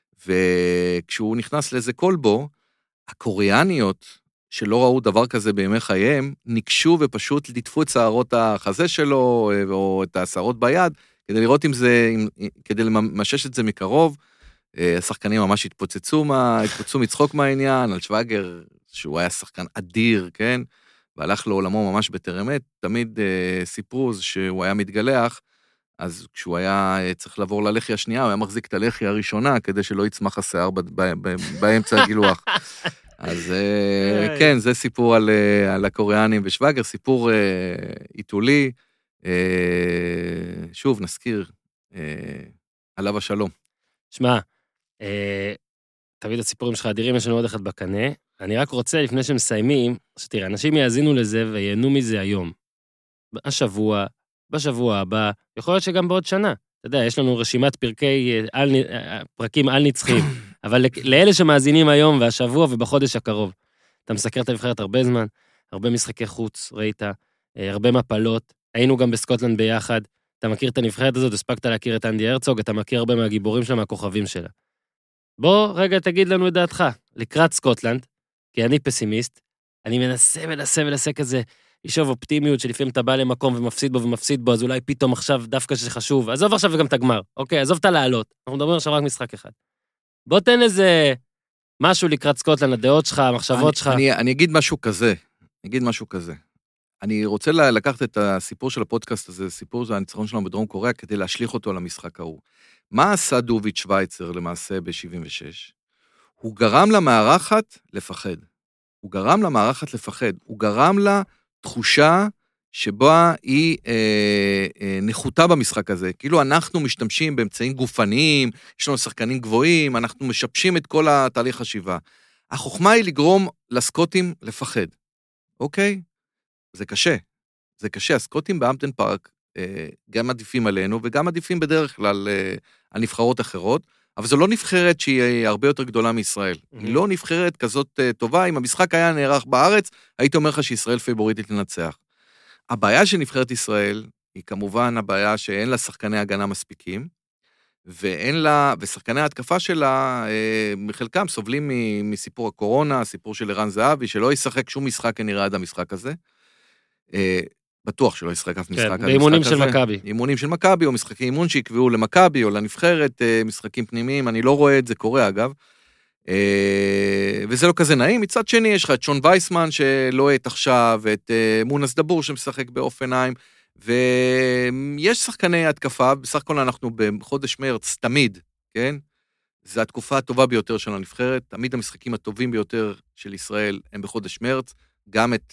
וכשהוא נכנס לאיזה קולבו, הקוריאניות, שלא ראו דבר כזה בימי חייהם, ניקשו ופשוט ליטפו את שערות החזה שלו, או את השערות ביד, כדי לראות אם זה, כדי למשש את זה מקרוב. השחקנים ממש התפוצצו, מה, התפוצצו מצחוק מהעניין, על שוואגר, שהוא היה שחקן אדיר, כן? והלך לעולמו ממש בטרם עת, תמיד אה, סיפרו שהוא היה מתגלח, אז כשהוא היה צריך לעבור ללחי השנייה, הוא היה מחזיק את הלחי הראשונה, כדי שלא יצמח השיער ב- ב- ב- באמצע הגילוח. אז אה, כן, זה סיפור על, אה, על הקוריאנים ושוואגר, סיפור אה, עיתולי, אה, שוב, נזכיר, אה, עליו השלום. שמע, אה, תמיד הסיפורים שלך אדירים, יש לנו עוד אחד בקנה, אני רק רוצה, לפני שמסיימים, שתראה, אנשים יאזינו לזה ויהנו מזה היום. השבוע, בשבוע הבא, יכול להיות שגם בעוד שנה. אתה יודע, יש לנו רשימת פרקי, על, פרקים על נצחים, אבל לאלה שמאזינים היום והשבוע ובחודש הקרוב, אתה מסקר את הנבחרת הרבה זמן, הרבה משחקי חוץ, ראית, הרבה מפלות, היינו גם בסקוטלנד ביחד, אתה מכיר את הנבחרת הזאת, הספקת להכיר את אנדי הרצוג, אתה מכיר הרבה מהגיבורים שלה, מהכוכבים שלה. בוא רגע תגיד לנו את דעתך, לקראת סקוטלנד, כי אני פסימיסט, אני מנסה מנסה מנסה כזה, לשאוב אופטימיות שלפעמים אתה בא למקום ומפסיד בו ומפסיד בו, אז אולי פתאום עכשיו דווקא שחשוב, עזוב עכשיו וגם תגמר, אוקיי, עזוב את הלעלות, אנחנו מדברים עכשיו רק משחק אחד. בוא תן איזה משהו לקראת סקוטלנד, הדעות שלך, המחשבות שלך. אני, אני אגיד משהו כזה, אני אגיד משהו כזה. אני רוצה לקחת את הסיפור של הפודקאסט הזה, סיפור זה הניצחון שלנו בדרום קוריאה, כדי להשליך אותו למשחק ההוא. מה עשה דוביץ' שוויצר למעשה ב-שבעים ושש? הוא גרם למערכת לפחד. הוא גרם למערכת לפחד. הוא גרם לה תחושה שבה היא אה, אה, נחותה במשחק הזה. כאילו אנחנו משתמשים באמצעים גופניים, יש לנו שחקנים גבוהים, אנחנו משבשים את כל התהליך חשיבה. החוכמה היא לגרום לסקוטים לפחד. אוקיי? זה קשה. זה קשה. הסקוטים באמפטון פארק אה, גם עדיפים עלינו, וגם עדיפים בדרך כלל אה, על נבחרות אחרות, אבל זו לא נבחרת שהיא הרבה יותר גדולה מישראל. Mm-hmm. היא לא נבחרת כזאת uh, טובה. אם המשחק היה נערך בארץ, הייתי אומר לך שישראל פייבוריטית לנצח. הבעיה של נבחרת ישראל, היא כמובן הבעיה שאין לה שחקני הגנה מספיקים, ואין לה, ושחקני ההתקפה שלה, uh, מחלקם סובלים מסיפור הקורונה, סיפור של ערן זהבי, שלא ישחק שום משחק כנראה עד המשחק הזה. Uh, בטוח שלא ישחק אף משחק. כן, באימונים של מכבי. אימונים של מכבי, או משחקי אימון שיקבעו למכבי, או לנבחרת, משחקים פנימיים, אני לא רואה את זה קורה, אגב. וזה לא כזה נעים. מצד שני, יש לך את שון וייסמן, שלא את עכשיו, את מונס דבור, שמשחק באופן נעים, ויש שחקני התקפה, בסך הכל אנחנו בחודש מרץ, תמיד, כן? זו התקופה הטובה ביותר של הנבחרת, תמיד המשחקים הטובים ביותר של ישראל, הם בחודש מרץ, גם את...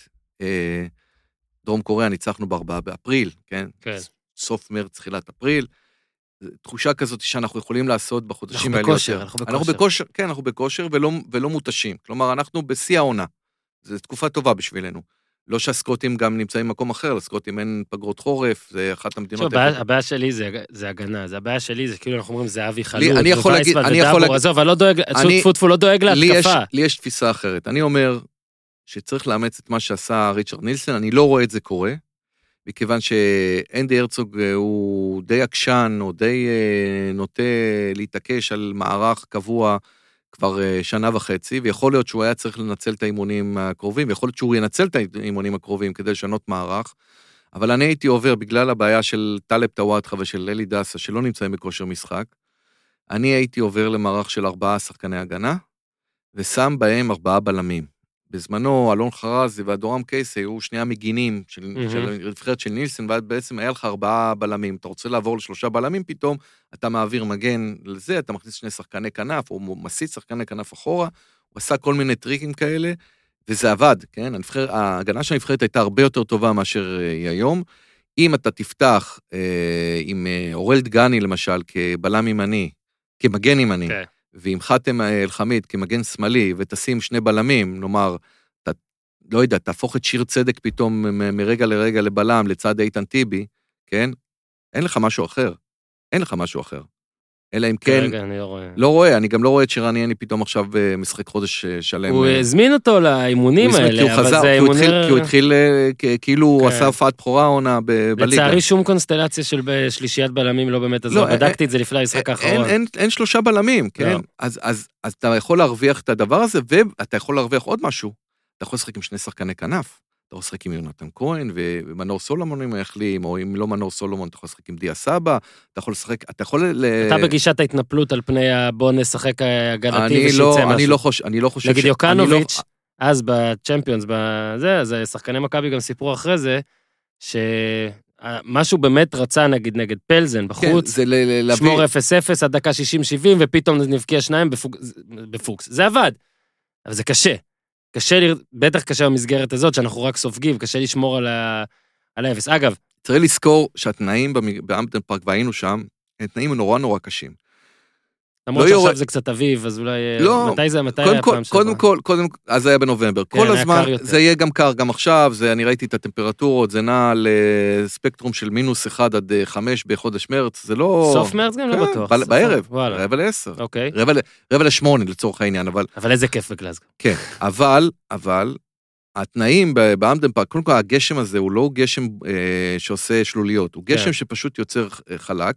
דרום קוריאה ניצחנו בארבעה באפריל, כן? כן. סוף מרץ, תחילת אפריל. תחושה כזאת שאנחנו יכולים לעשות בחודשים האלה. אנחנו בכושר, אנחנו בכושר. אנחנו בכושר, כן, אנחנו בכושר ולא, ולא מותשים. כלומר, אנחנו בשיא העונה. זו תקופה טובה בשבילנו. לא שהסקוטים גם נמצאים במקום אחר, לסקוטים אין פגרות חורף, זה אחת המדינות... הבעיה שלי זה הגנה, זה הבעיה שלי, זה כאילו אנחנו אומרים, זה אבי חלוץ, אני יכול להגיד, אני יכול להגיד... עזוב, אני לא דואג, צפוטפו לא דואג להתקפה. לי יש תפיסה אחרת. אני אומר... שצריך לאמץ את מה שעשה ריצ'רד נילסון, אני לא רואה את זה קורה, מכיוון שאנדי הרצוג הוא די עקשן, או די נוטה להתעקש על מערך קבוע כבר שנה וחצי, ויכול להיות שהוא היה צריך לנצל את האימונים הקרובים, ויכול להיות שהוא ינצל את האימונים הקרובים כדי לשנות מערך, אבל אני הייתי עובר, בגלל הבעיה של טלב טוואטחה ושל אלי דסה, שלא נמצאים בכושר משחק, אני הייתי עובר למערך של ארבעה שחקני הגנה, ושם בהם ארבעה בלמים. בזמנו, אלון חרזי והדורם קייסי היו שני המגינים של, mm-hmm. של נבחרת של נילסון, ובעצם היה לך ארבעה בלמים. אתה רוצה לעבור לשלושה בלמים פתאום, אתה מעביר מגן לזה, אתה מכניס שני שחקני כנף, או מסיט שחקני כנף אחורה, הוא עשה כל מיני טריקים כאלה, וזה עבד, כן? הנבחר, ההגנה של הנבחרת הייתה הרבה יותר טובה מאשר היא היום. אם אתה תפתח אה, עם אה, אורל דגני, למשל, כבלם ימני, כמגן ימני, okay. ואם חתם אל-חמיד כמגן שמאלי, ותשים שני בלמים, נאמר, ת, לא יודע, תהפוך את שיר צדק פתאום מ- מרגע לרגע לבלם, לצד איתן טיבי, כן? אין לך משהו אחר. אין לך משהו אחר. אלא אם כן, כרגע אני לא רואה. לא רואה, אני גם לא רואה את שרן יני פתאום עכשיו משחק חודש שלם. הוא הזמין אותו לאימונים האלה, אבל זה אימונים... כי הוא התחיל, כאילו הוא עשה הופעת בכורה עונה בליגה. לצערי שום קונסטלציה של שלישיית בלמים לא באמת עזר, בדקתי את זה לפני המשחק האחרון. אין שלושה בלמים, כן? אז אתה יכול להרוויח את הדבר הזה, ואתה יכול להרוויח עוד משהו. אתה יכול לשחק עם שני שחקני כנף. אתה יכול לשחק עם יונתן כהן, ומנור סולומון אם היחלים, או אם לא מנור סולומון, אתה יכול לשחק עם דיה סבא, אתה יכול לשחק, אתה יכול... אתה בגישת ההתנפלות על פני בוא נשחק הגנתי ושיצא משהו. אני לא חושב... אני לא חושב נגיד יוקנוביץ', אז בצ'מפיונס, בזה, אז שחקני מכבי גם סיפרו אחרי זה, שמשהו באמת רצה, נגיד, נגד פלזן בחוץ, שמור אפס אפס עד דקה שישים שבעים, ופתאום נבקיע שניים בפוקס. זה עבד, אבל זה קשה. קשה, בטח קשה במסגרת הזאת, שאנחנו רק סופגים, קשה לשמור על האפס. אגב, צריך לזכור שהתנאים באמפטון פארק, והיינו שם, התנאים נורא נורא קשים. למרות שעכשיו זה קצת אביב, אז אולי... מתי זה, מתי היה פעם שבא? קודם כל, אז זה היה בנובמבר. כל הזמן, זה יהיה גם קר, גם עכשיו, אני ראיתי את הטמפרטורות, זה נע לספקטרום של מינוס אחד עד חמש בחודש מרץ, זה לא... סוף מרץ גם לא בטוח. בערב, רבע לעשר. אוקיי. רבע לשמונה לצורך העניין, אבל... אבל איזה כיף בגלזגו. כן, אבל, אבל, התנאים באמפטון פארק, קודם כל הגשם הזה הוא לא גשם שעושה שלוליות, הוא גשם שפשוט יוצר חלק,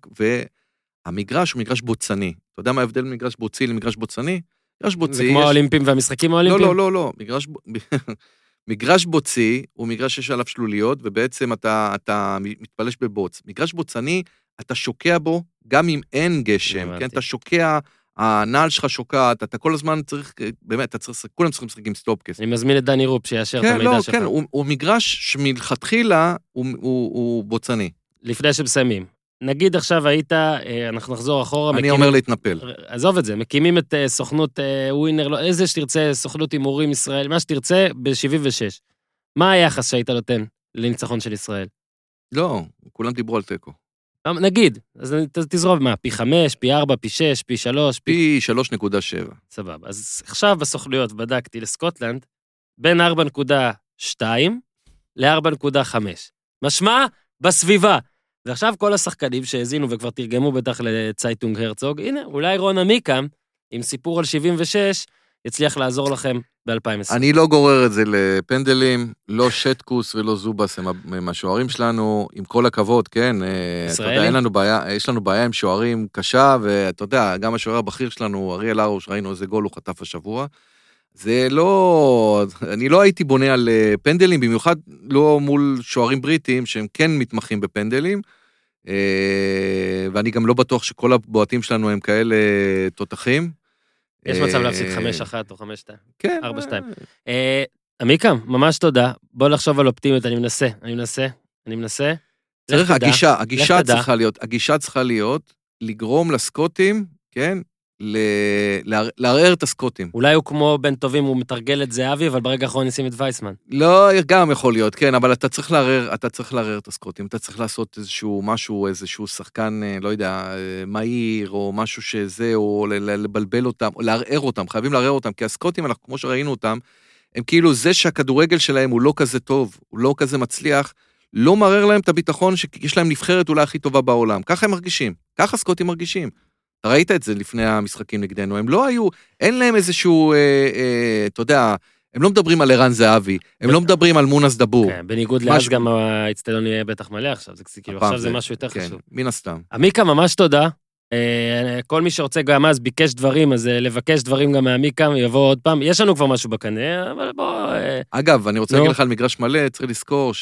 והמגרש הוא מגרש בוצני. אתה יודע מה ההבדל ממגרש בוצי למגרש בוצני? מגרש בוצי... זה כמו האולימפים והמשחקים האולימפיים? לא, לא, לא, לא. מגרש, מגרש בוצי הוא מגרש שיש עליו שלוליות, ובעצם אתה, אתה מתפלש בבוץ. מגרש בוצני, אתה שוקע בו, גם אם אין גשם, כן? אתה שוקע, הנעל שלך שוקעת, אתה כל הזמן צריך, באמת, אתה צריך, כולם צריכים לשחק עם סטופקס. אני מזמין את דני רופ שיאשר את כן, המידע לא, שלך. כן, הוא, הוא מגרש שמלכתחילה הוא, הוא, הוא בוצני. לפני שמסיימים. נגיד עכשיו היית, אנחנו נחזור אחורה. אני מקימים, אומר להתנפל. עזוב את זה, מקימים את סוכנות ווינר, לא, איזה שתרצה, סוכנות הימורים ישראל, מה שתרצה, ב-שבעים ושש. מה היחס שהיית נותן לניצחון של ישראל? לא, כולם דיברו על טקו. נגיד, אז תזרוב מה, פי חמש, פי ארבע, פי שש, פי שלוש, פי שלוש נקודה שבע. סבבה, אז עכשיו בסוכנויות בדקתי לסקוטלנד, בין ארבע נקודה שתיים ל-ארבע נקודה חמש. משמע, בסביבה. ועכשיו כל השחקנים שהזינו וכבר תרגמו בטח לצייטונג הרצוג, הנה, אולי רון עמיקם, עם סיפור על שבעים ושש, יצליח לעזור לכם ב-אלפיים עשרים. אני לא גורר את זה לפנדלים, לא שטקוס ולא זובס הם השוערים שלנו, עם כל הכבוד, כן? ישראלי? אתה יודע, אין לנו בעיה, יש לנו בעיה עם שוערים קשה, ואתה יודע, גם השוער הבכיר שלנו, אריאל הרוש, ראינו איזה גול הוא חטף השבוע, זה לא, אני לא הייתי בונה על פנדלים, במיוחד לא מול שוערים בריטים, שהם כן מתמחים בפנדלים, ואני גם לא בטוח שכל הבועטים שלנו הם כאלה תותחים. יש מצב להפסיד חמש אחת או חמש שתיים. כן. ארבע שתיים. עמיקם, ממש תודה. בוא לחשוב על אופטימיות, אני מנסה, אני מנסה, אני מנסה. צריך, הגישה, הגישה צריכה להיות, הגישה צריכה להיות, לגרום לסקוטים, כן? לערער את הסקוטים. אולי הוא כמו בן טובים, הוא מתרגל את זהבי, אבל ברגע האחרון נשים את וייסמן. לא, גם יכול להיות, כן, אבל אתה צריך לערער, אתה צריך לערער את הסקוטים, אתה צריך לעשות איזשהו משהו, איזשהו שחקן, לא יודע, מהיר, או משהו שזה, או לבלבל אותם, או לערער אותם, חייבים לערער אותם, כי הסקוטים, אנחנו, כמו שראינו אותם, הם כאילו זה שהכדורגל שלהם הוא לא כזה טוב, הוא לא כזה מצליח, לא מערער להם את הביטחון שיש להם נבחרת אולי הכי טובה בעולם. ככה הם מרגישים, ככה הסקוטים מרגישים. אתה ראית את זה לפני המשחקים נגדנו, הם לא היו, אין להם איזשהו, אה, אה, אתה יודע, הם לא מדברים על ערן זהבי, הם לא מדברים על מונס דבור. כן, בניגוד לאז גם האצטדיון יהיה בטח מלא עכשיו, זה כאילו עכשיו זה משהו יותר חשוב. מן הסתם. עמיקה, ממש תודה. כל מי שרוצה גם אז ביקש דברים, אז לבקש דברים גם מעמיקה, יבוא עוד פעם. יש לנו כבר משהו בקנה, אבל בוא... אגב, אני רוצה להגיד לך על מגרש מלא, צריך לזכור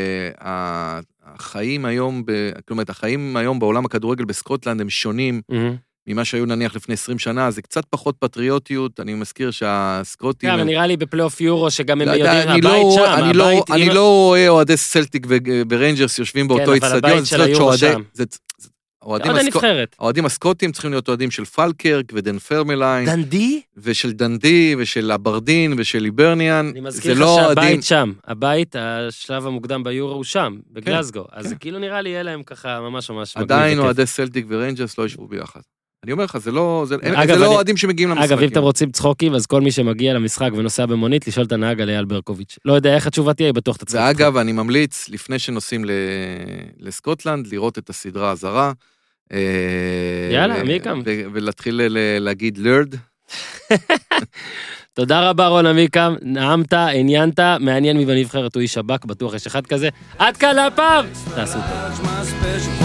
שהחיים היום, כלומר, החיים היום בעולם הכדורגל בסקוטלנד הם שונים, ממה שהיו נניח לפני עשרים שנה, זה קצת פחות פטריוטיות, אני מזכיר שהסקוטים... גם נראה לי בפלייאוף יורו, שגם הם יודעים, הבית שם, הבית... אני לא רואה אוהדי סלטיק וריינג'רס יושבים באותו אצטדיון, כן, אבל הבית של היורו שם. האוהדים הסקוטים צריכים להיות אוהדים של פלקרק ודן פרמליין. דנדי? ושל דנדי ושל אברדין ושל היברניאן. אני מזכיר לך שהבית שם, הבית, השלב המוקדם ביורו הוא שם, בגלזגו. אז זה כאילו נראה לי יהיה להם ככה ממש ממש מגניב. עדיין אוהדי סלטיק וריינג'רס לא ישבו ביחד. אני אומר לך, זה לא, זה לא אוהדים שמגיעים למשחקים. אגב, אם אתם רוצים צחוקים, אז כל מי שמגיע למשחק ונוסע במונית, לשאול את הנהג על אייל ברקוביץ'. לא יודע איך התשובה תהיה, בטוח תצחק. ואגב, אני ממליץ, לפני שנוסעים לסקוטלנד, לראות את הסדרה הזרה. יאללה, עמיקם. ולהתחיל להגיד לרד. תודה רבה רון עמיקם, נעמת, עניינת, מעניין מי בנבחרת הוא איש שב"כ, בטוח יש אחד כזה. עד כאן להפעם! תעשו טוב.